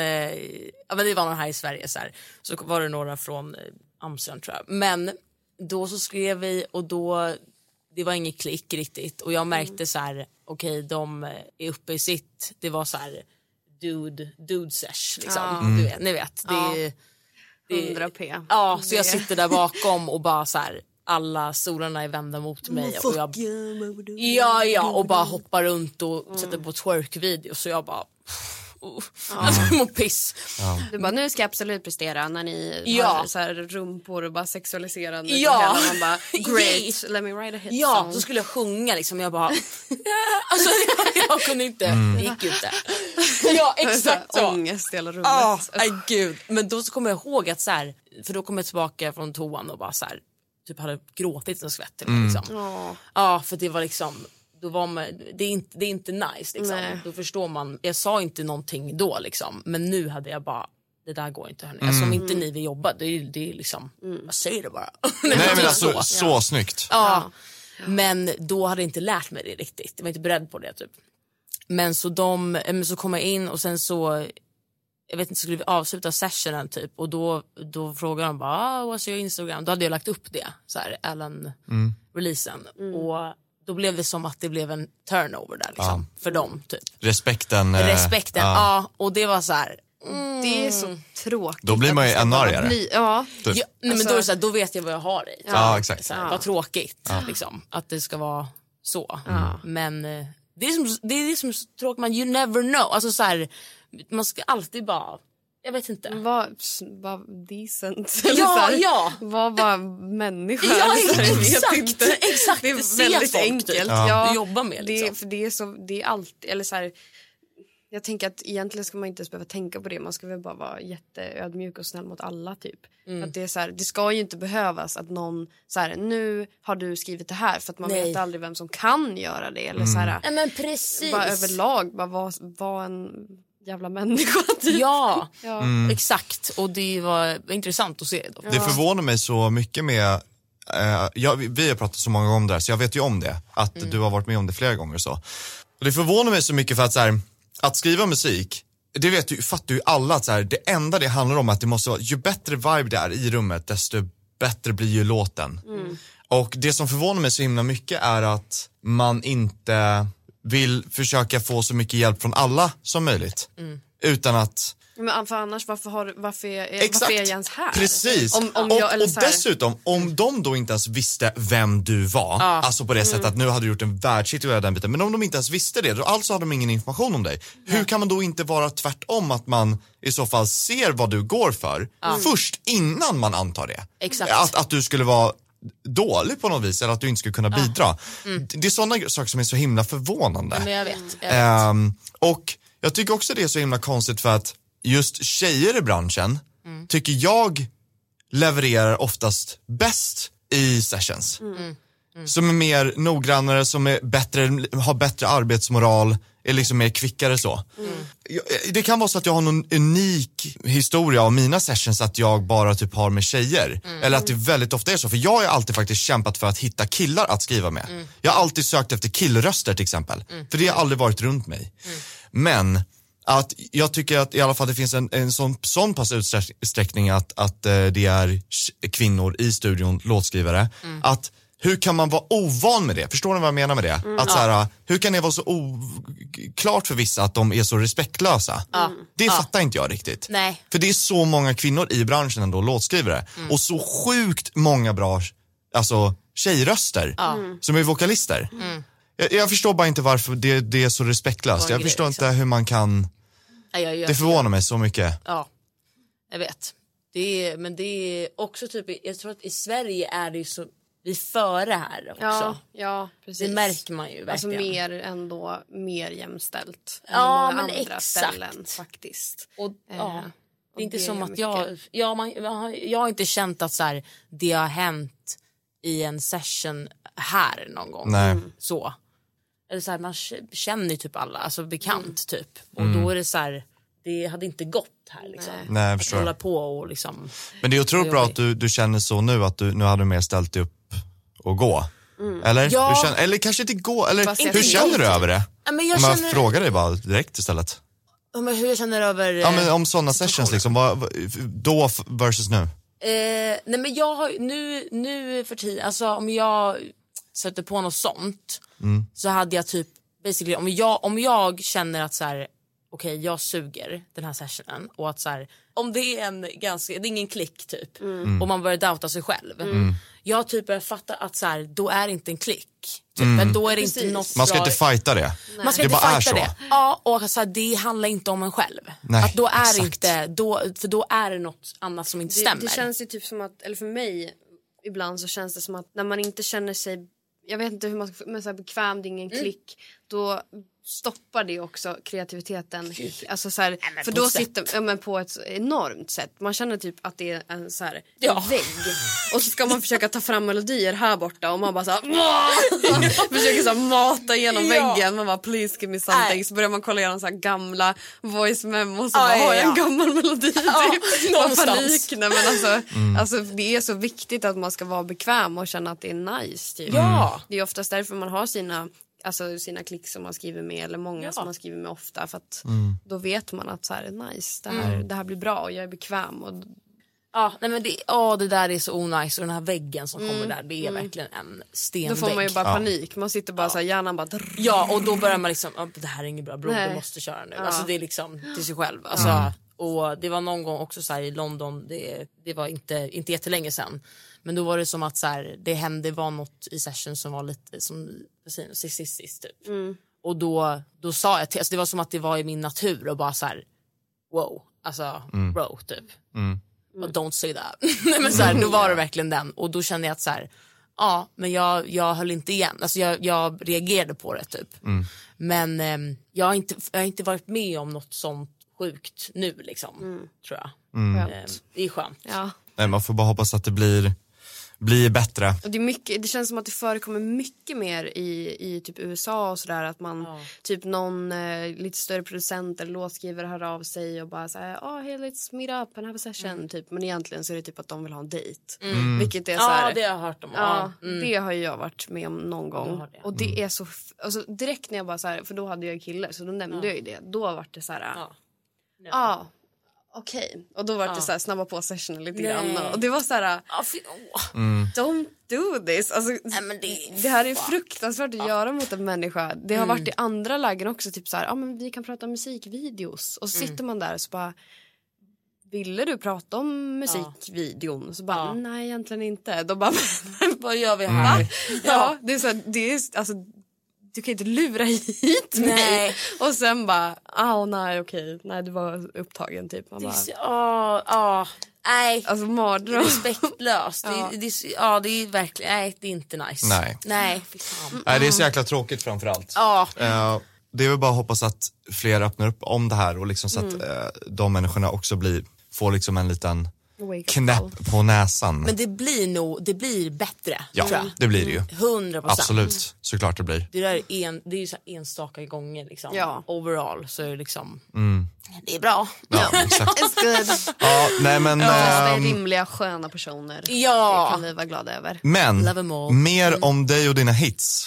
här i Sverige så var det några från Amsterdam tror jag. Men då så skrev vi, och då det var ingen klick riktigt, och jag märkte så här, okej, de är uppe i sitt, det var så här dude sesh liksom. Du vet, ni vet. Det
100p.
Ja, så jag sitter där bakom och bara så här, alla solarna är vända mot mig, och jag och bara hoppar runt och sätter på twerk-video, så jag bara alltså jag mår piss.
Du bara, nu ska jag absolut prestera när ni har så här rumpor och bara sexualiserande.
Ja.
Man bara, great, let me write a hit song.
Så skulle jag sjunga liksom, jag bara alltså jag kunde inte, det gick ju inte. Ja, exakt så.
Ångest i hela rummet.
Gud. Men då så kommer jag ihåg att så här, för då kom jag tillbaka från toan och bara så här, typ hade gråtit en skvätt liksom. Ja, för det var liksom, då var man, det är inte nice liksom. Nej. Då förstår man, jag sa inte någonting då liksom, men nu hade jag bara, det där går inte hörni. Alltså om inte ni vill jobba, det är liksom, jag säger det bara.
Nej men alltså så snyggt.
Ja. Men då hade jag inte lärt mig det riktigt. Jag var inte beredd på det typ. Men så kom jag in, och sen så, jag vet inte, skulle vi avsluta sessionen typ, och då frågade de bara, what's your Instagram? Då hade jag lagt upp det så här, Ellen-releasen. Och då blev det som att det blev en turnover där liksom, för dem typ.
Respekten,
och det var så här.
Det är så tråkigt.
Då blir man ju ännu argare.
Typ. Nej, men då är det så här, då vet jag vad jag har i.
Exakt.
Så här, vad tråkigt liksom, att det ska vara så. Men det är som tråkigt, man, you never know. Alltså så här, man ska alltid bara, jag vet inte.
Var decent. Var bara människa.
Ja,
exakt. Det är väldigt
folk,
enkelt.
Du jobbar med liksom.
Det är alltid, eller så här, Jag tänker att egentligen ska man inte ens behöva tänka på det. Man ska väl bara vara jätteödmjuk och snäll mot alla typ. Att det är så här, det ska ju inte behövas att någon så här, nu har du skrivit det här, för att man vet aldrig vem som kan göra det eller så här.
Nej, men precis.
Bara överlag bara var en jävla människa typ.
Ja. Exakt, och det var intressant att se då.
Det förvånar mig så mycket med vi har pratat så många gånger om det här, så jag vet ju om det, att du har varit med om det flera gånger så. Och det förvånar mig så mycket för att så här, att skriva musik, det vet ju, fattar ju alla att så här, det enda det handlar om att det måste vara, ju bättre vibe det är i rummet, desto bättre blir ju låten. Och det som förvånar mig så himla mycket är att man inte vill försöka få så mycket hjälp från alla som möjligt. Utan att...
Men för annars, varför är Jens här?
Precis.
Och
dessutom, om de då inte ens visste vem du var, alltså på det sättet att nu hade du gjort en världshit och den biten, men om de inte ens visste det, då alltså hade de ingen information om dig. Hur kan man då inte vara tvärtom, att man i så fall ser vad du går för först innan man antar det?
Exakt.
Att du skulle vara dålig på något vis, eller att du inte skulle kunna bidra. Det är sådana saker som är så himla förvånande.
Men jag vet.
Och jag tycker också det är så himla konstigt för att just tjejer i branschen tycker jag levererar oftast bäst i sessions. Som är mer noggrannare, som är bättre, har bättre arbetsmoral, är liksom mer kvickare så. Det kan vara så att jag har någon unik historia av mina sessions, att jag bara typ har med tjejer. Eller att det väldigt ofta är så, för jag har alltid faktiskt kämpat för att hitta killar att skriva med. Jag har alltid sökt efter killröster till exempel, för det har aldrig varit runt mig. Men att jag tycker att i alla fall det finns en sån pass utsträckning att det är kvinnor i studion, låtskrivare, att hur kan man vara ovan med det? Förstår ni vad jag menar med det? Att så här, hur kan det vara så klart för vissa att de är så respektlösa? Det fattar inte jag riktigt.
Nej.
För det är så många kvinnor i branschen ändå, låtskrivare, och så sjukt många bra tjejröster som är vokalister. Jag förstår bara inte varför det är så respektlöst. Jag förstår inte hur man kan... Det förvånar mig så mycket.
Ja, jag vet. Men det är också typ, jag tror att i Sverige är det ju så, vi före här också.
Ja, precis.
Det märker man ju verkligen.
Alltså mer jämställt än
ja,
många
men
andra
exakt.
ställen faktiskt.
Och, det är inte
det
som
är
att
mycket.
jag har inte känt att så här, det har hänt i en session här någon gång.
Nej.
Så. Eller så här, man känner ju typ alla, alltså bekant typ. Och då är det så här, det hade inte gått här liksom.
Nej, jag
att
förstår.
hålla på och liksom.
Men det är otroligt bra att du känner så nu, att du nu hade mer ställt dig upp och gå. Eller?
Ja.
Eller kanske inte gå, eller hur
inte
känner du över det?
Ja, men
Om jag frågar dig bara direkt istället.
Ja, men hur jag känner över...
Ja, men om sådana sessions liksom, då versus nu?
Nej, men jag har nu för tiden, alltså om jag sätter på något sånt så hade jag typ basically, om jag känner att så här, okej, jag suger den här sessionen, och att så här, om det är det är ingen klick typ, och man börjar doubta sig själv. Jag typ börjar fatta att så här, då är det inte en klick typ, men då är det inte något
Man ska
bra.
inte fighta det.
Man ska
det
inte
bara är
fighta
så.
det. Ja, och så här, det handlar inte om en själv.
Nej,
att då är
exakt.
inte för då är det något annat som inte stämmer.
Det känns ju typ som att, eller för mig ibland så känns det som att när man inte känner sig, jag vet inte hur man ska, men så här bekväm, det är ingen klick, då stoppar det också kreativiteten. Alltså så här, för då sitter man på ett enormt sätt. Man känner typ att det är en så här vägg. Och så ska man försöka ta fram melodier här borta, och man bara så här, försöker så här mata igenom väggen. Man bara, please give me something. Så börjar man kolla igenom så här gamla voice memos, och bara, har jag en gammal melodi typ. Panik. Nej, men alltså det är så viktigt att man ska vara bekväm och känna att det är nice typ. Det är oftast därför man har sina klick som man skriver med, eller många som man skriver med ofta, för att då vet man att så här är nice, det här blir bra och jag är bekväm. Och
nej, men det där är så onajs, och den här väggen som kommer där, det är verkligen en stenvägg.
då får man ju bara panik, man sitter bara så här, hjärnan bara
och då börjar man liksom, det här är inget bra, bro, du måste köra nu. Alltså det är liksom till sig själv. Alltså, och det var någon gång också så här i London, det var inte jättelänge sedan, men då var det som att så här, det var något i session som var lite som sist typ. Och då sa jag till, alltså det var som att det var i min natur, och bara så här, wow, alltså bro typ. But don't say that. Nej, men så här, då var det verkligen den, och då kände jag att så här, men jag höll inte igen. Alltså jag reagerade på det typ. Men jag har inte varit med om något sånt sjukt nu liksom, tror jag. Det är skönt.
Ja.
Nej, man får bara hoppas att det blir bättre.
Och det känns som att det förekommer mycket mer i typ USA och sådär, att man typ någon lite större producent eller låtskrivare hör av sig och bara såhär, hey, let's meet up and have a session typ. Men egentligen så är det typ att de vill ha en dejt. Vilket är såhär,
det har jag hört om.
det har ju jag varit med om någon gång. Och det är så alltså, direkt när jag bara såhär, för då hade jag kille så då nämnde jag ju det. Då var det såhär, okej. Och då var det så här snabba på sessionen lite grann. Och det var så här, don't do this. Alltså, det här är fruktansvärt att göra mot en människa. Det har varit i andra lägen också. Typ så här, men vi kan prata om musikvideos. Och så sitter man där och så bara, ville du prata om musikvideon? Så bara, nej egentligen inte. Då bara,
vad gör vi här?
Ja, det är så här, det är, alltså, du kan inte lura hit mig. Och sen bara, nej okej. Nej, du var upptagen typ. Man bara,
nej.
Alltså mardröm.
Respektlöst. Det är verkligen, nej, det är inte nice. Nej, fy fan.
Nej, det är så jäkla tråkigt framförallt. Det är väl bara att hoppas att fler öppnar upp om det här och liksom så att de människorna också får liksom en liten knäpp på näsan.
Men det blir bättre.
Ja,
tror jag.
det blir det ju.
100%.
Absolut, såklart det blir.
Det är ju så här enstaka gånger liksom.
Ja.
Overall så är det liksom det är bra.
Ja, exakt.
It's good.
Ja, nej men
Det är rimliga, sköna personer.
Ja.
Det kan vi vara glada över.
Men
Love 'em all.
mer om dig och dina hits.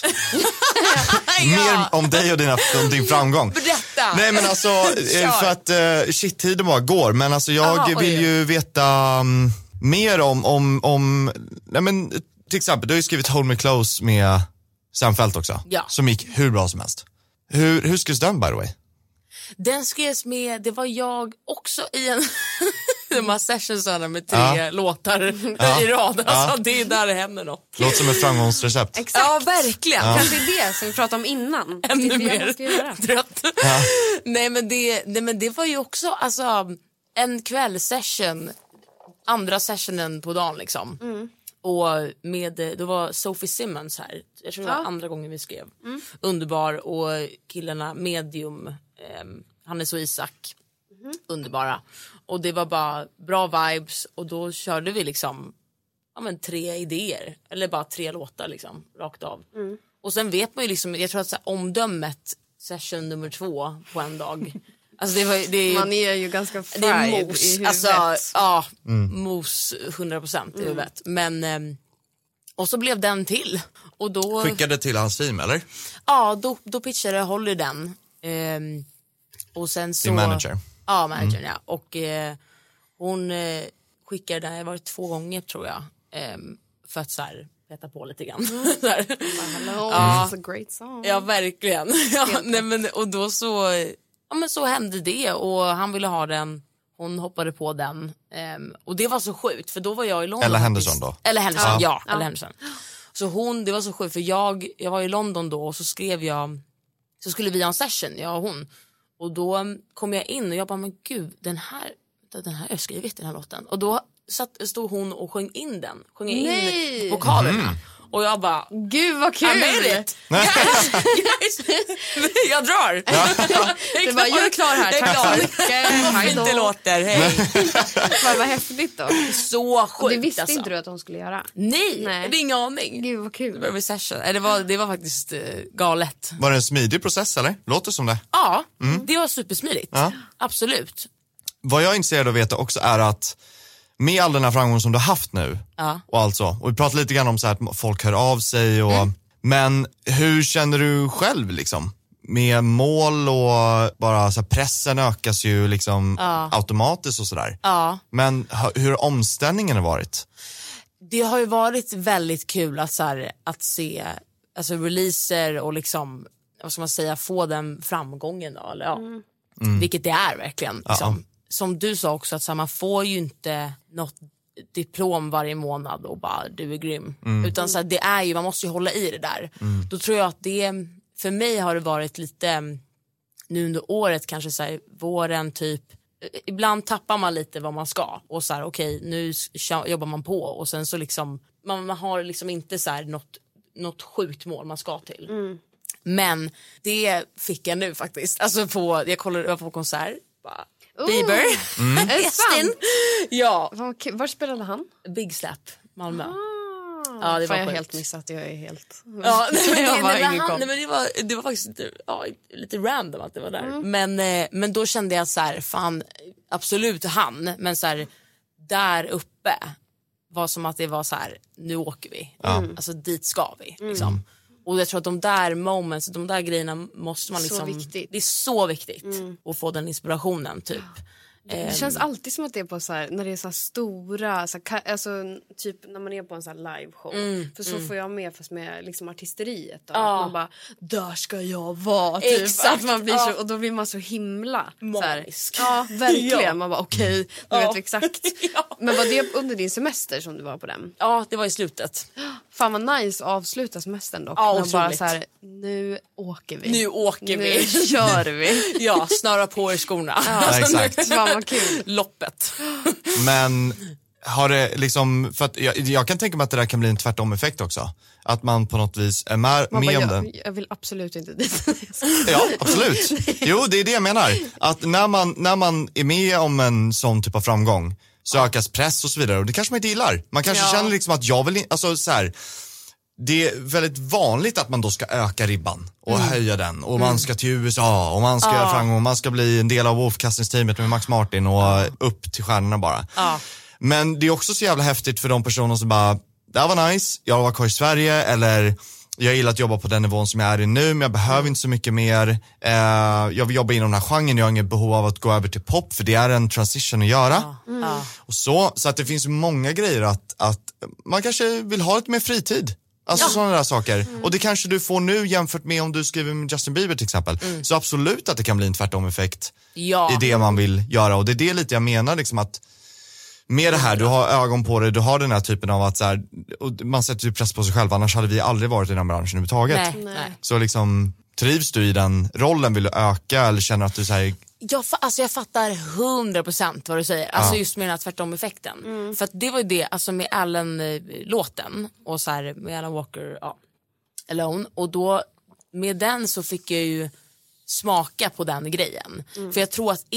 Mer om dig och din framgång.
Berätta.
Nej men alltså för att tiden bara går. Men alltså jag vill ju veta mer om nej men till exempel du har ju skrivit Hold Me Close med Sam Felt också.
Ja.
Som gick hur bra som helst. Hur skrevs den by the way?
Den skrevs med, det var jag också i de här sessionsarna med 3 låtar i rad. Alltså det är där det händer något.
Låter som ett framgångsrecept.
Exakt.
Ja, verkligen.
Kanske är det som vi pratade om innan.
Ännu
det jag ska göra.
mer trött. Nej men det var ju också alltså en kvällssession, andra sessionen på dagen liksom. Och det var Sophie Simmons här. Jag tror det var andra gången vi skrev. Underbar, och killarna Medium, Hannes och Isak. Underbara. Och det var bara bra vibes. Och då körde vi liksom 3 idéer. Eller bara 3 låtar liksom, rakt av. Och sen vet man ju liksom, jag tror att så här, omdömet session nummer 2 på en dag. Alltså
man är ju ganska fried,
det är mos,
i huvudet.
alltså, mos 100% i huvudet. Men och så blev den till. Och då
Skickade till hans team eller?
Ja, då pitchade Holly den. Och sen så
Din manager?
Ja, managern, ja. Och hon skickade den, jag var 2 gånger tror jag. För att så här peta på lite grann.
Hello, it's a great song.
Ja, verkligen. Nej, men, och då så så hände det och han ville ha den. Hon hoppade på den. Och det var så sjukt, för då var jag i London.
Eller Henderson då?
Eller Henderson, eller Henderson. Så det var så sjukt, för jag var i London då och så skrev jag, så skulle vi ha en session, jag och hon. Och då kom jag in och jag bara, men gud, den här har jag skrivit, den här låten. Och då stod hon och sjöng in vokalerna. Och jag bara,
gud vad kul.
I made it. Jag drar.
Det var, jag är klar här. Tack så mycket.
Hej då. Det låter, hej.
Vad häftigt då.
Så sjukt.
Och det visste
alltså.
inte du att hon skulle göra?
Nej. Det är ingen aning.
Gud vad kul.
Det var faktiskt galet.
Var det en smidig process eller? Låter som det.
Ja, det var supersmidigt.
Ja.
Absolut.
Vad jag är intresserad av att veta också är att med all den här framgången som du har haft nu och alltså, och vi pratar lite grann om så här att folk hör av sig och men hur känner du själv liksom? Med mål och bara så här, pressen ökas ju liksom automatiskt och sådär.
Ja.
Men hur har omställningen har varit?
Det har ju varit väldigt kul att se alltså releaser och liksom, vad ska man säga, få den framgången då, eller vilket det är verkligen liksom. Som du sa också, att så här, man får ju inte något diplom varje månad och bara du är grym. Utan så här, det är ju, man måste ju hålla i det där. Då tror jag att det, för mig har det varit lite nu under året, kanske så här, våren typ, ibland tappar man lite vad man ska och så här, okej, nu jobbar man på och sen så liksom man har liksom inte så här något sjukt mål man ska till. Men det fick jag nu faktiskt. Alltså jag kollade på konsert. Bieber.
Är det sant?
Ja.
Var spelade han?
Big Slap, Malmö.
Ja, det var jag
sjukt.
helt missat. Jag är helt...
Ja,
det
var faktiskt lite random att det var där. Men då kände jag så här, fan, absolut han. Men så här, där uppe var som att det var så här, nu åker vi. Alltså dit ska vi liksom. Och jag tror att de där moments, de där grejerna måste man liksom...
viktigt.
Det är så viktigt att få den inspirationen typ.
Det känns alltid som att det är på så här, när det är så här stora, så här, alltså typ när man är på en så här liveshow. För så får jag med, fast med liksom artisteriet då, att man bara, där ska jag vara typ.
Exakt.
Att man blir så, och då blir man så himla
manisk.
Ja, verkligen. Man bara okej, nu vet vi exakt.
Ja.
Men var det under din semester som du var på den?
Ja, det var i slutet.
Fan vad nice att avsluta semestern dock.
Ja,
och bara så här, nu åker vi.
Nu
kör vi.
Ja, snöra på er skorna.
Ja, exakt.
Fan vad kul.
Loppet.
Men har det liksom, för att jag kan tänka mig att det där kan bli en tvärtom-effekt också. Att man på något vis är med om den.
Jag vill absolut inte dit.
Ja, absolut. Jo, det är det jag menar. Att när man är med om en sån typ av framgång så ökas press och så vidare. Och det kanske man inte gillar. Man kanske känner liksom att jag vill, alltså så här, det är väldigt vanligt att man då ska öka ribban och höja den. Och man ska till USA och man ska göra framgång. Och man ska bli en del av Wolf-kastningsteamet med Max Martin och upp till stjärnorna bara. Men det är också så jävla häftigt för de personer som bara, det här var nice, jag var kvar i Sverige, eller jag gillar att jobba på den nivån som jag är i nu, men jag behöver inte så mycket mer. Jag vill jobba inom den här genren, jag har inget behov av att gå över till pop, för det är en transition att göra. Och så att det finns många grejer att man kanske vill ha lite mer fritid. Alltså sådana där saker. Och det kanske du får nu jämfört med om du skriver med Justin Bieber till exempel. Så absolut att det kan bli en tvärtom-effekt i det man vill göra. Och det är det lite jag menar liksom, att med det här, du har ögon på det, du har den här typen av att så här, och man sätter ju press på sig själv, annars hade vi aldrig varit i den branschen överhuvudtaget.
Nej.
Så liksom, trivs du i den rollen, vill du öka eller känner att du säger...
Jag fattar 100% vad du säger. Alltså just med den här tvärtom-effekten. För att det var ju det, alltså med Allen-låten och så här, med Alan Walker, Alone. Och då, med den så fick jag ju smaka på den grejen. För jag tror att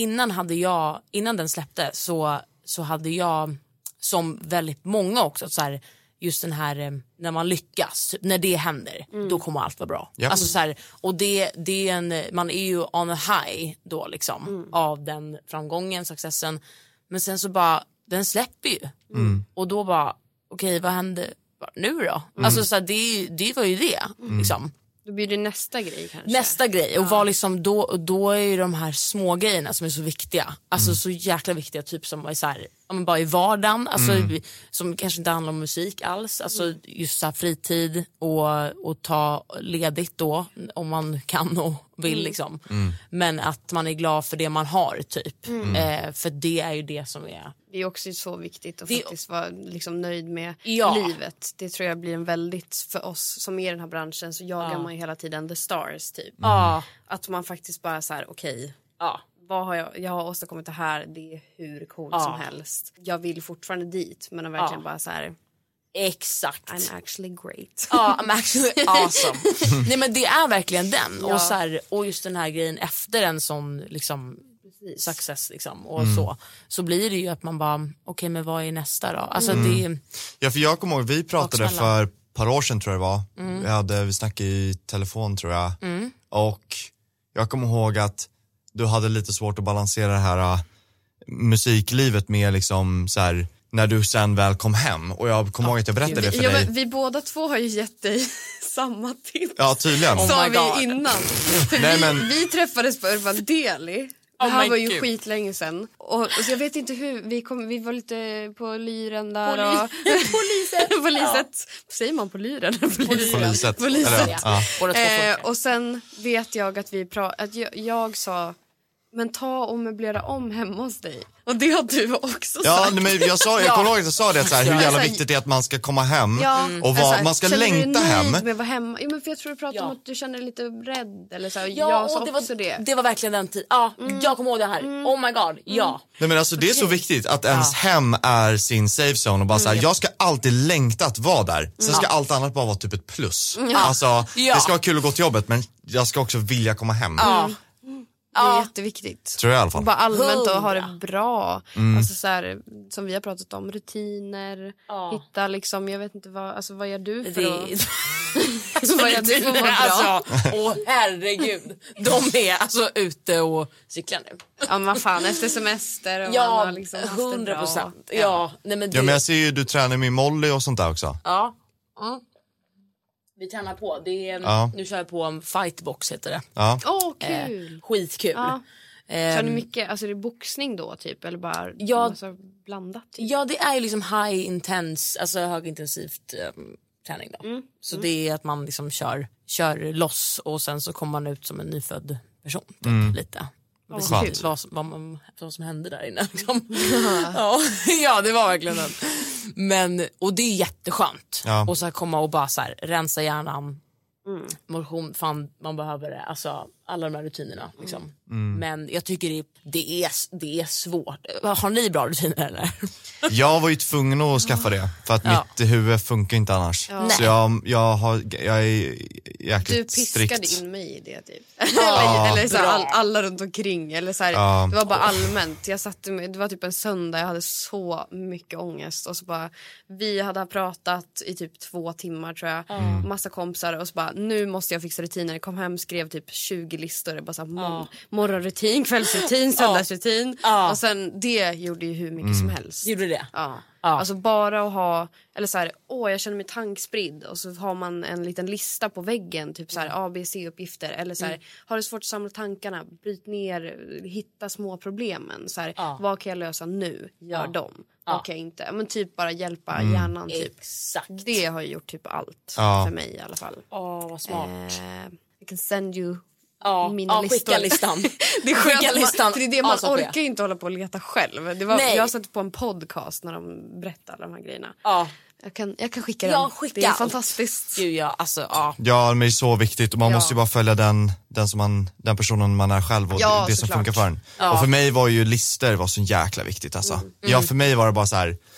innan den släppte så hade jag, som väldigt många också, så här, just den här, när man lyckas, när det händer, då kommer allt vara bra.
Yep.
Alltså så här, och det är man är ju on a high då liksom, av den framgången, successen. Men sen så bara, den släpper ju. Och då bara, okej, vad hände nu då? Alltså så här, det var ju det liksom.
Då blir det nästa grej kanske.
Nästa grej, och var liksom då är ju de här små grejerna som är så viktiga. Alltså så jäkla viktiga, typ som är så här, bara i vardagen, alltså som kanske inte handlar om musik alls, alltså just så här fritid och ta ledigt då om man kan och vill liksom. Men att man är glad för det man har typ. För det är ju det som är.
Det är också så viktigt att faktiskt vara liksom nöjd med livet. Det tror jag blir en väldigt, för oss som är i den här branschen så jagar man ju hela tiden the stars typ. Att man faktiskt bara så här, okej. Vad har jag har åstadkommit det här, det är hur coolt som helst. Jag vill fortfarande dit, men verkligen bara så här.
Exakt.
I'm actually great.
I'm actually awesome. Nej, men det är verkligen den. Och, så här, och just den här grejen efter en sån liksom success liksom, och så blir det ju att man bara, okej, men vad är nästa då? Alltså det.
Ja, för jag kommer ihåg, vi pratade för ett par år sedan tror jag det var. Vi snackade i telefon tror jag. Och jag kommer ihåg att du hade lite svårt att balansera det här musiklivet med liksom så här, när du sen väl kom hem. Och jag kommer ihåg att jag berättade det för dig.
Men vi båda två har ju gett dig samma tips.
Ja, tydligen.
Sa vi innan. För vi träffades på Urban Deli. Det här var ju skitlänge sedan. Och så jag vet inte hur, vi var lite på lyren där. Poliset. Säger man på lyren? Poliset.
Ja.
Och sen vet jag att jag sa Men ta och möblera om hemma hos dig. Och det har du också
Ja,
sagt.
men jag kommer ihåg att jag sa det så här, hur jävla viktigt det är att man ska komma hem och man ska längta hem.
Med att vara hemma. Ja, men för jag tror du pratade om att du känner dig lite rädd eller så här.
Ja,
jag sa
och
också det.
Det var verkligen den tiden. Ja, jag kommer ihåg det här. Oh my god, ja.
Nej, men alltså det är så viktigt att ens hem är sin safe zone och bara så här, jag ska alltid längta att vara där. Sen ska allt annat bara vara typ ett plus. Alltså, det ska vara kul att gå till jobbet, men jag ska också vilja komma hem.
Det är jätteviktigt.
Tror jag i alla fall.
Och bara allmänt att ha det bra. Alltså så här, som vi har pratat om, rutiner. Hitta liksom, jag vet inte vad gör du för att... Alltså, vad gör du för att må bra?
Alltså, herregud. De är alltså ute och cyklar nu.
Ja, men vad fan, efter semester och man har liksom haft
100%. Ja, nej, men det...
Ja, men jag ser ju du tränar med Molly och sånt där också.
Ja. Vi tränar på. Det är, nu kör jag på en fightbox heter det.
Ja.
Kul.
Skitkul.
Ja. Kör ni mycket, alltså är det boxning då typ? Eller bara blandat? Typ?
Ja, det är ju liksom high intense, alltså högintensivt träning då. Så det är att man liksom kör loss och sen så kommer man ut som en nyfödd person typ, lite. Vad som hände där inne liksom. Ja, det var verkligen det. Men, och det är jätteskönt. Och så här komma och bara så här, rensa hjärnan. Motion, fan man behöver det. Alltså alla de här rutinerna liksom. Men jag tycker det är svårt. Har ni bra rutiner eller?
Jag var ju tvungen att skaffa det för att mitt huvud funkar inte annars. Så jag är jäkligt strikt.
Du piskade in mig i det typ. eller så här, alla runt omkring eller så här, det var bara allmänt. Det var typ en söndag, jag hade så mycket ångest och så bara vi hade pratat i typ 2 timmar tror jag. Massa kompisar och så bara nu måste jag fixa rutiner. Jag kom hem, skrev typ 20 listor, bara så här, morgonrutin, kvällsrutin, söndagsrutin och sen det gjorde ju hur mycket som helst.
Gjorde det?
Ja. Alltså bara att ha, eller så här, jag känner mig tankspridd och så har man en liten lista på väggen, typ så här ABC-uppgifter eller så här, har du svårt att samla tankarna, bryt ner, hitta små problemen så här, vad kan jag lösa nu? Gör dem. Vad kan jag inte? Men typ bara hjälpa hjärnan typ.
Exakt.
Det har ju gjort typ allt för mig i alla fall.
Vad smart.
I can send you
mina listor. Skicka listan.
Det är skönt
listan.
För det är det man orkar inte hålla på och leta själv. Jag satt på en podcast när de berättade alla de här grejerna. Jag kan skicka den. Det är fantastiskt.
Gud,
ja, men det är så viktigt och man måste ju bara följa den personen man är själv och det som funkar för en. Och för mig var ju listor var så jäkla viktigt alltså. För mig var det bara så här.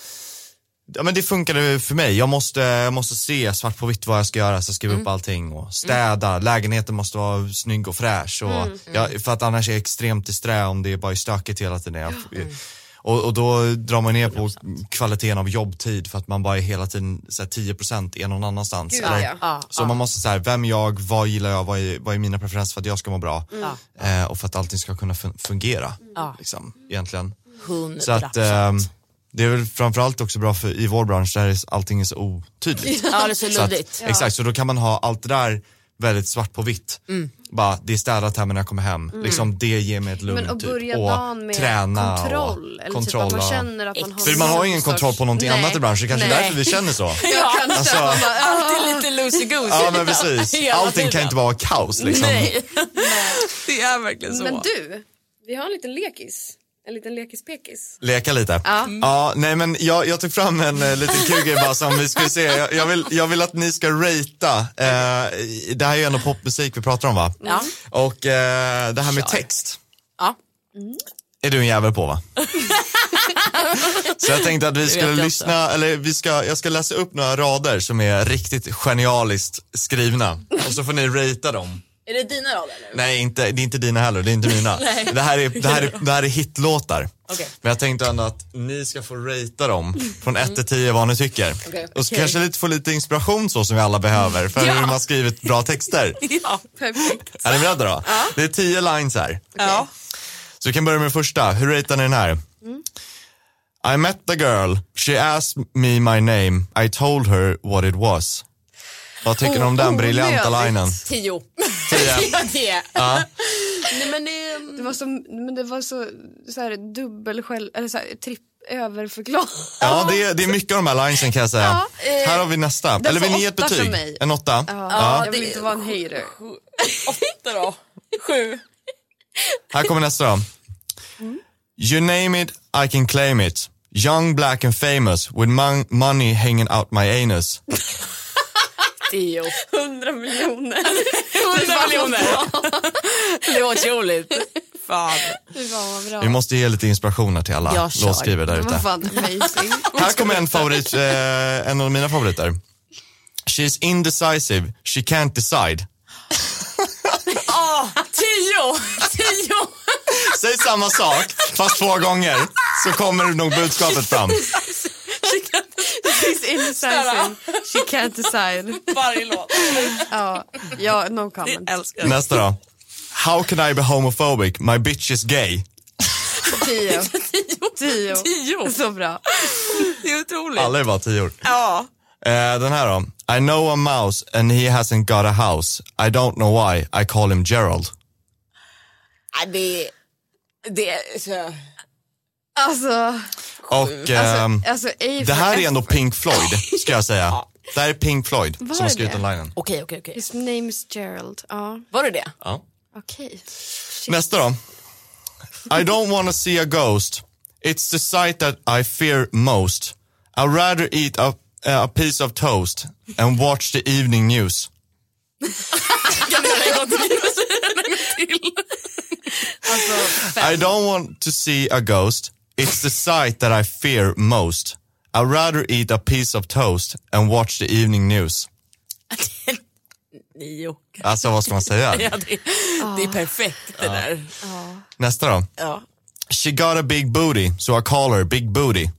Ja, men det funkade för mig. Jag måste se svart på vitt vad jag ska göra, så skriva upp allting och städa. Lägenheten måste vara snygg och fräsch och för att annars är jag extremt disträ om det är bara stökigt hela tiden. Och då drar man ner på kvaliteten av jobbtid för att man bara är hela tiden så här, 10% är någon annanstans. Så man måste så här, vem jag, vad gillar jag, vad är mina preferenser för att jag ska må bra och för att allting ska kunna fungera liksom, egentligen.
100%.
Så att det är väl framförallt också bra för i vår bransch där allting är så otydligt.
Ja, det är så luddigt.
Exakt, så då kan man ha allt det där väldigt svart på vitt. Bara, det är städat här när jag kommer hem. Liksom, det ger mig ett lugn.
Men att börja
typ.
dagen med
träna
kontroll. Eller typ att man känner att man har...
För man har ingen kontroll på någonting annat i branschen. Kanske därför vi känner så.
Alltid lite loosey-goosey.
Ja, men precis. Allting kan inte vara kaos liksom.
Nej. Det är verkligen så.
Men du, vi har en liten lekis. En liten lekispekis.
Leka lite? Ja, nej men jag tog fram en liten kul grej bara som vi ska se. Jag vill att ni ska ratea. Det här är ju ändå popmusik vi pratar om, va?
Ja.
Och det här med text.
Ja.
Är du en jävel på, va? Så jag tänkte att vi skulle lyssna, eller jag ska läsa upp några rader som är riktigt genialiskt skrivna. Och så får ni ratea dem.
Är det dina rader nu?
Nej, det är inte dina heller, det är inte mina. Det här är hitlåtar.
Okay.
Men jag tänkte ändå att ni ska få ratea dem från 1 till 10 vad ni tycker. Och så kanske få lite inspiration så som vi alla behöver för hur man skrivit bra texter.
Ja, perfekt.
Är ni beredda då? Det är 10 lines här.
Ja.
Så vi kan börja med första. Hur ratear ni den här? I met the girl. She asked me my name. I told her what it was. Vad tycker ni om den briljanta linen?
10.
10. Ja.
Nej, men
det var så här dubbelskäll eller så här överförklar.
Ja, det är mycket av de här linesen kan jag säga. Här har vi nästa. Eller vill ni ge ett betyg? En 8?
Ja, jag vill inte vara en hater.
8 då. 7.
Här kommer nästa då. You name it, I can claim it. Young, black and famous with money hanging out my anus.
10.
100 miljoner.
100 miljoner. Det var otroligt. Fan.
Det var bra.
Vi måste ge lite inspirationer till alla låtskrivare där ute.
Vad fan, amazing.
Här kommer en favorit, en av mina favoriter. She's indecisive, she can't decide.
10.
Säg samma sak, fast 2 gånger, så kommer nog budskapet fram.
She's indecisive. She can't decide.
Varje låt.
Ja, no comment.
Nästa då. How can I be homophobic? My bitch is gay.
10. Så bra.
Det är otroligt.
Alla är bara 10.
Ja.
Den här då. I know a mouse and he hasn't got a house. I don't know why. I call him Gerald.
Det är så...
Alltså...
Och det här är ändå
Effort.
Pink Floyd, ska jag säga. Det här är Pink Floyd som har skrivit den linen.
Okej.
His name is Gerald. Ja.
Var det det?
Ja.
Okej.
Nästa då. I don't want to see a ghost. It's the sight that I fear most. I'd rather eat a piece of toast and watch the evening news. I don't want to see a ghost. It's the sight that I fear most. I'd rather eat a piece of toast and watch the evening news.
9.
Alltså, vad ska man säga?
Ja, det är perfekt det där.
Nästa då.
Ja.
She got a big booty, so I call her Big Booty.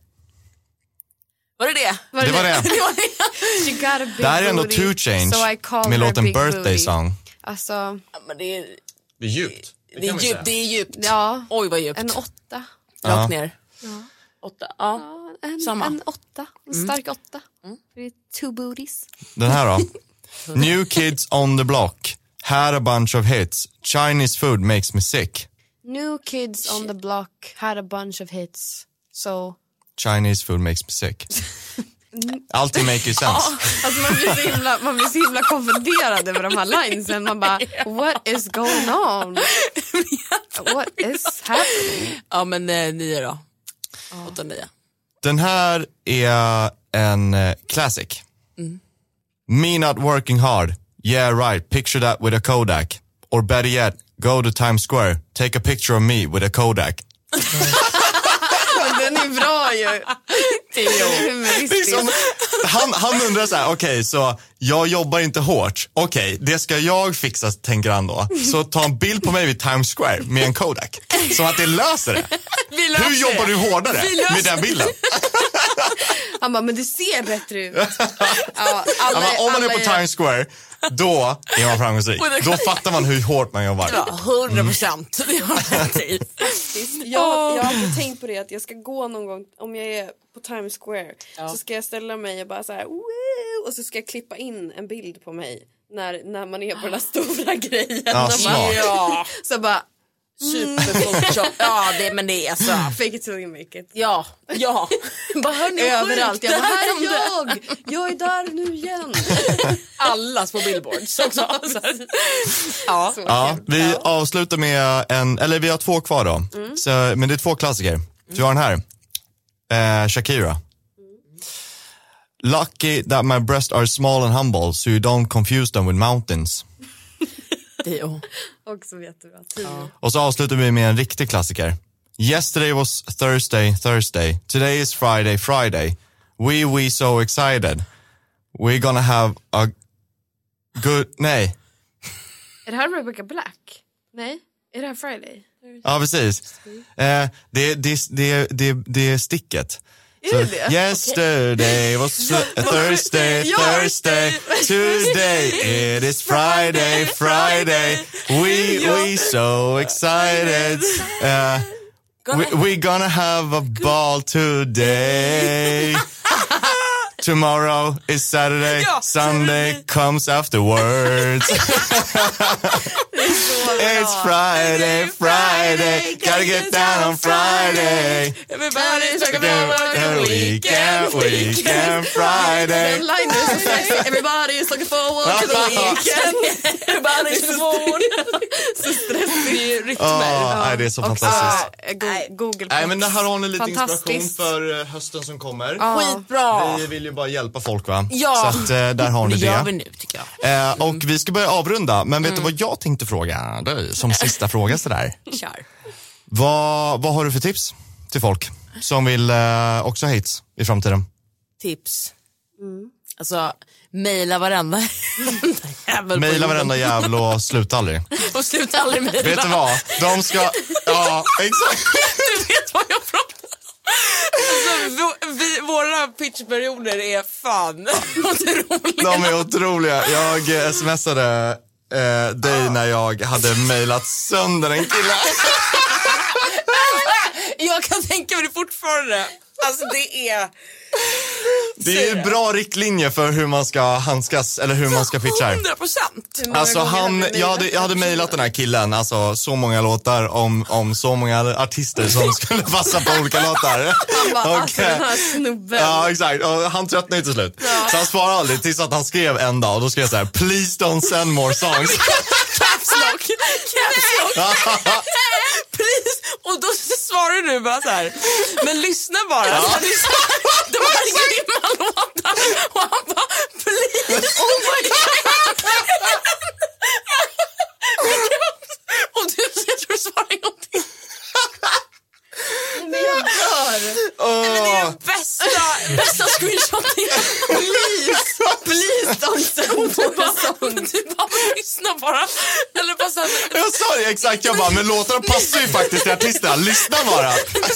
Var det det?
Det var det.
She got a big
Det här är ändå
booty,
2 Chainz
so I call
med
her
låten
Big
Birthday
Booty.
Song.
Alltså,
Ja, men det är
djupt.
det är djupt.
ja.
Oj, vad djupt.
En 8.
Rakt ner. 8. Ja. Samma.
En 8. En stark 8. Det är 2 booties.
Den här då. New kids on the block. Had a bunch of hits. Chinese food makes me sick.
New kids on the block had a bunch of hits. So...
Chinese food makes me sick. Allting make you sense.
Alltså man blir så himla konfunderad över de här linesen. Man bara, what is going on? What is happening?
Ja, men 9 då. 8-9.
Den här är en classic. Me not working hard. Yeah, right. Picture that with a Kodak. Or better yet, go to Times Square. Take a picture of me with a Kodak.
Men den är bra ju. Det är humoristiskt.
Han undrar så här, okej, så jag jobbar inte hårt. Okej, det ska jag fixa, tänker han då. Så ta en bild på mig vid Times Square med en Kodak. Så att det löser det. Hur jobbar du hårdare med den bilden?
Han bara, men det ser bättre ut. Ja,
Om man är på Times Square, då är man framgångsrik. Då fattar man hur hårt man jobbar.
Ja, 100%. Det har jag tid.
Jag har tänkt på det att jag ska gå någon gång, om jag är på Times Square, så ska jag ställa mig och bara så här, woo, och så ska jag klippa in en bild på mig när man är på den här stora grejen.
Ja, smart.
Ja,
Så bara,
superphotoshop. Ja, men det är så.
fake it till you make it.
Ja. Bara, hörni,
Överallt. Jag bara, här är
sjukt.
jag är där nu igen.
Allas på billboards också. Ja.
Ja, vi avslutar med vi har 2 kvar då. Så, men det är 2 klassiker. Så vi har den här. Shakira. Lucky that my breasts are small and humble so you don't confuse them with mountains.
Också jättebra.
Och så avslutar vi med en riktig klassiker. Yesterday was Thursday. Today is Friday. We so excited. We're gonna have a good... Nej.
Är det här Rebecca Black? Nej. Är det här Friday?
Ja, precis. Det är sticket.
Är det det?
Yesterday was Thursday. Today it is Friday. We so excited. We gonna have a ball today. Tomorrow is Saturday, Sunday comes afterwards. It's Friday, gotta get down on Friday.
Everybody's talking about
weekend Friday.
Everybody's looking forward to the weekend.
Everybody's looking forward.
Så stressig
rytmer. Nej, det är så fantastiskt.
Google.
Nej, men det här har ni lite inspiration för hösten som kommer.
Skitbra.
Vi vill ju bara hjälpa folk, va?
Ja.
Så att där har ni det.
Det gör vi nu, tycker jag.
Och vi ska börja avrunda. Men vet du vad jag tänkte fråga dig som sista fråga sådär?
Kör.
Vad har du för tips till folk som vill också ha hits i framtiden?
Tips. Alltså, mejla varenda jävel.
Mejla varenda jävel och sluta aldrig.
Och sluta aldrig mejla.
Vet du vad? De ska... Ja, exakt.
Du vet vad jag pratar om. Alltså, våra pitchperioder är fan otroliga.
De är otroliga. Jag smsade dig när jag hade mejlat sönder en kille.
Jag kan tänka mig det fortfarande. Alltså det är
ju bra riktlinjer för hur man ska handskas eller hur man ska pitcha.
100%.
Alltså jag hade mejlat den här killen, alltså så många låtar om så många artister som skulle passa på olika låtar.
Han bara, alltså den här snubben.
Ja, exakt. Och han tröttnade ju till slut. Så han svarade aldrig tills att han skrev en dag och då skrev jag så här: please don't send more songs.
Caps lock. Please. Och då svarar du bara så här: men lyssna bara. De här grymma låtar. Och han bara, please. Oh my God. Och du svarar ingenting.
Men jag dör.
Men det är den bästa screenshoten. Please don't send more songs. Du bara, lyssna bara. Eller bara så här.
Jag sa det exakt, jag bara, men låtarna passar ju faktiskt till artisterna. Lyssna bara.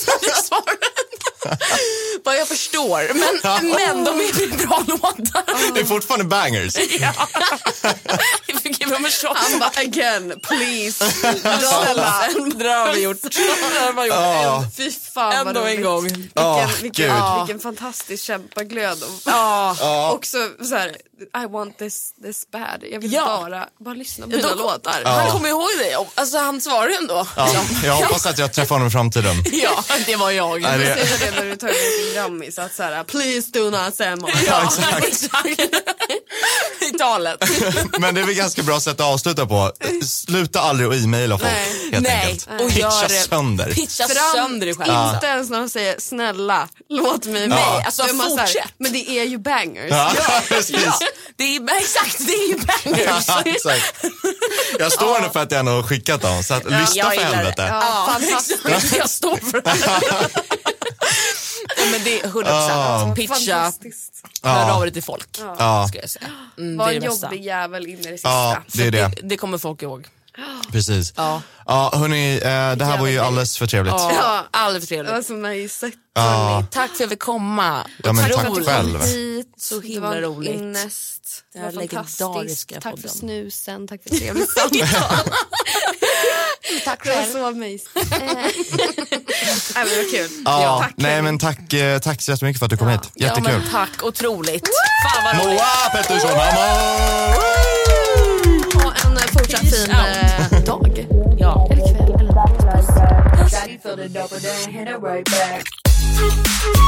Vad jag förstår. Men de är ju bra låtar.
Det är fortfarande bangers.
Ja. Give him a shot.
Han bara, again, please.
Det har vi gjort.
Fy fan vad
ändå en gång.
Vilken fantastisk kämpaglöd. Också så här, I want this bad. Jag vill bara lyssna på dina låtar.
Han kommer ihåg dig. Alltså han svarar ju ändå.
Jag hoppas att jag träffar honom i framtiden.
Ja, det var jag.
Du säger det när du tar emot din Grammis, att så här, please do not send more.
Ja, exakt. I talet.
Men det är väl ganska bra sätt att avsluta på. Sluta aldrig att e-maila folk. Helt enkelt.
Och
pitcha sönder.
Pitcha sönder dig själv.
Inte ens när de säger snälla, låt mig med.
Nej, alltså fortsätt.
Men det är ju bangers.
Ja, precis.
Det är exakt, det är ju bangers.
Ja, exakt. Jag står nu för att jag ändå har skickat dem. Så att lyssna för helvete.
Ja, fantastiskt.
Jag står för det. Men det är 100%. Pitcha. Hör av det till folk. Ska jag säga.
Var en jobbig jävel in i det sista.
Ja, det är det.
Det kommer folk ihåg.
Precis. Ja, hörni, det här var ju alldeles för trevligt.
Ja, alldeles för trevligt.
Det var så nice.
Tack för att jag fick komma.
Ja, men tack själv.
Så himla roligt.
Innest.
Det var legendariska
tack för
podden.
snusen, tack för trevligt samtal. Tack själv. Det var så mysigt. Nej, men det var kul.
Ja,
tack.
Nej, men tack så jättemycket för att du kom hit. Jättekul.
Ja, men tack, otroligt. Fan vad roligt.
Moa Pettersson,
Ha en fortsatt fin dag.
Ja.
Eller kväll. Eller natt.
Ready for the double, then hit it right back.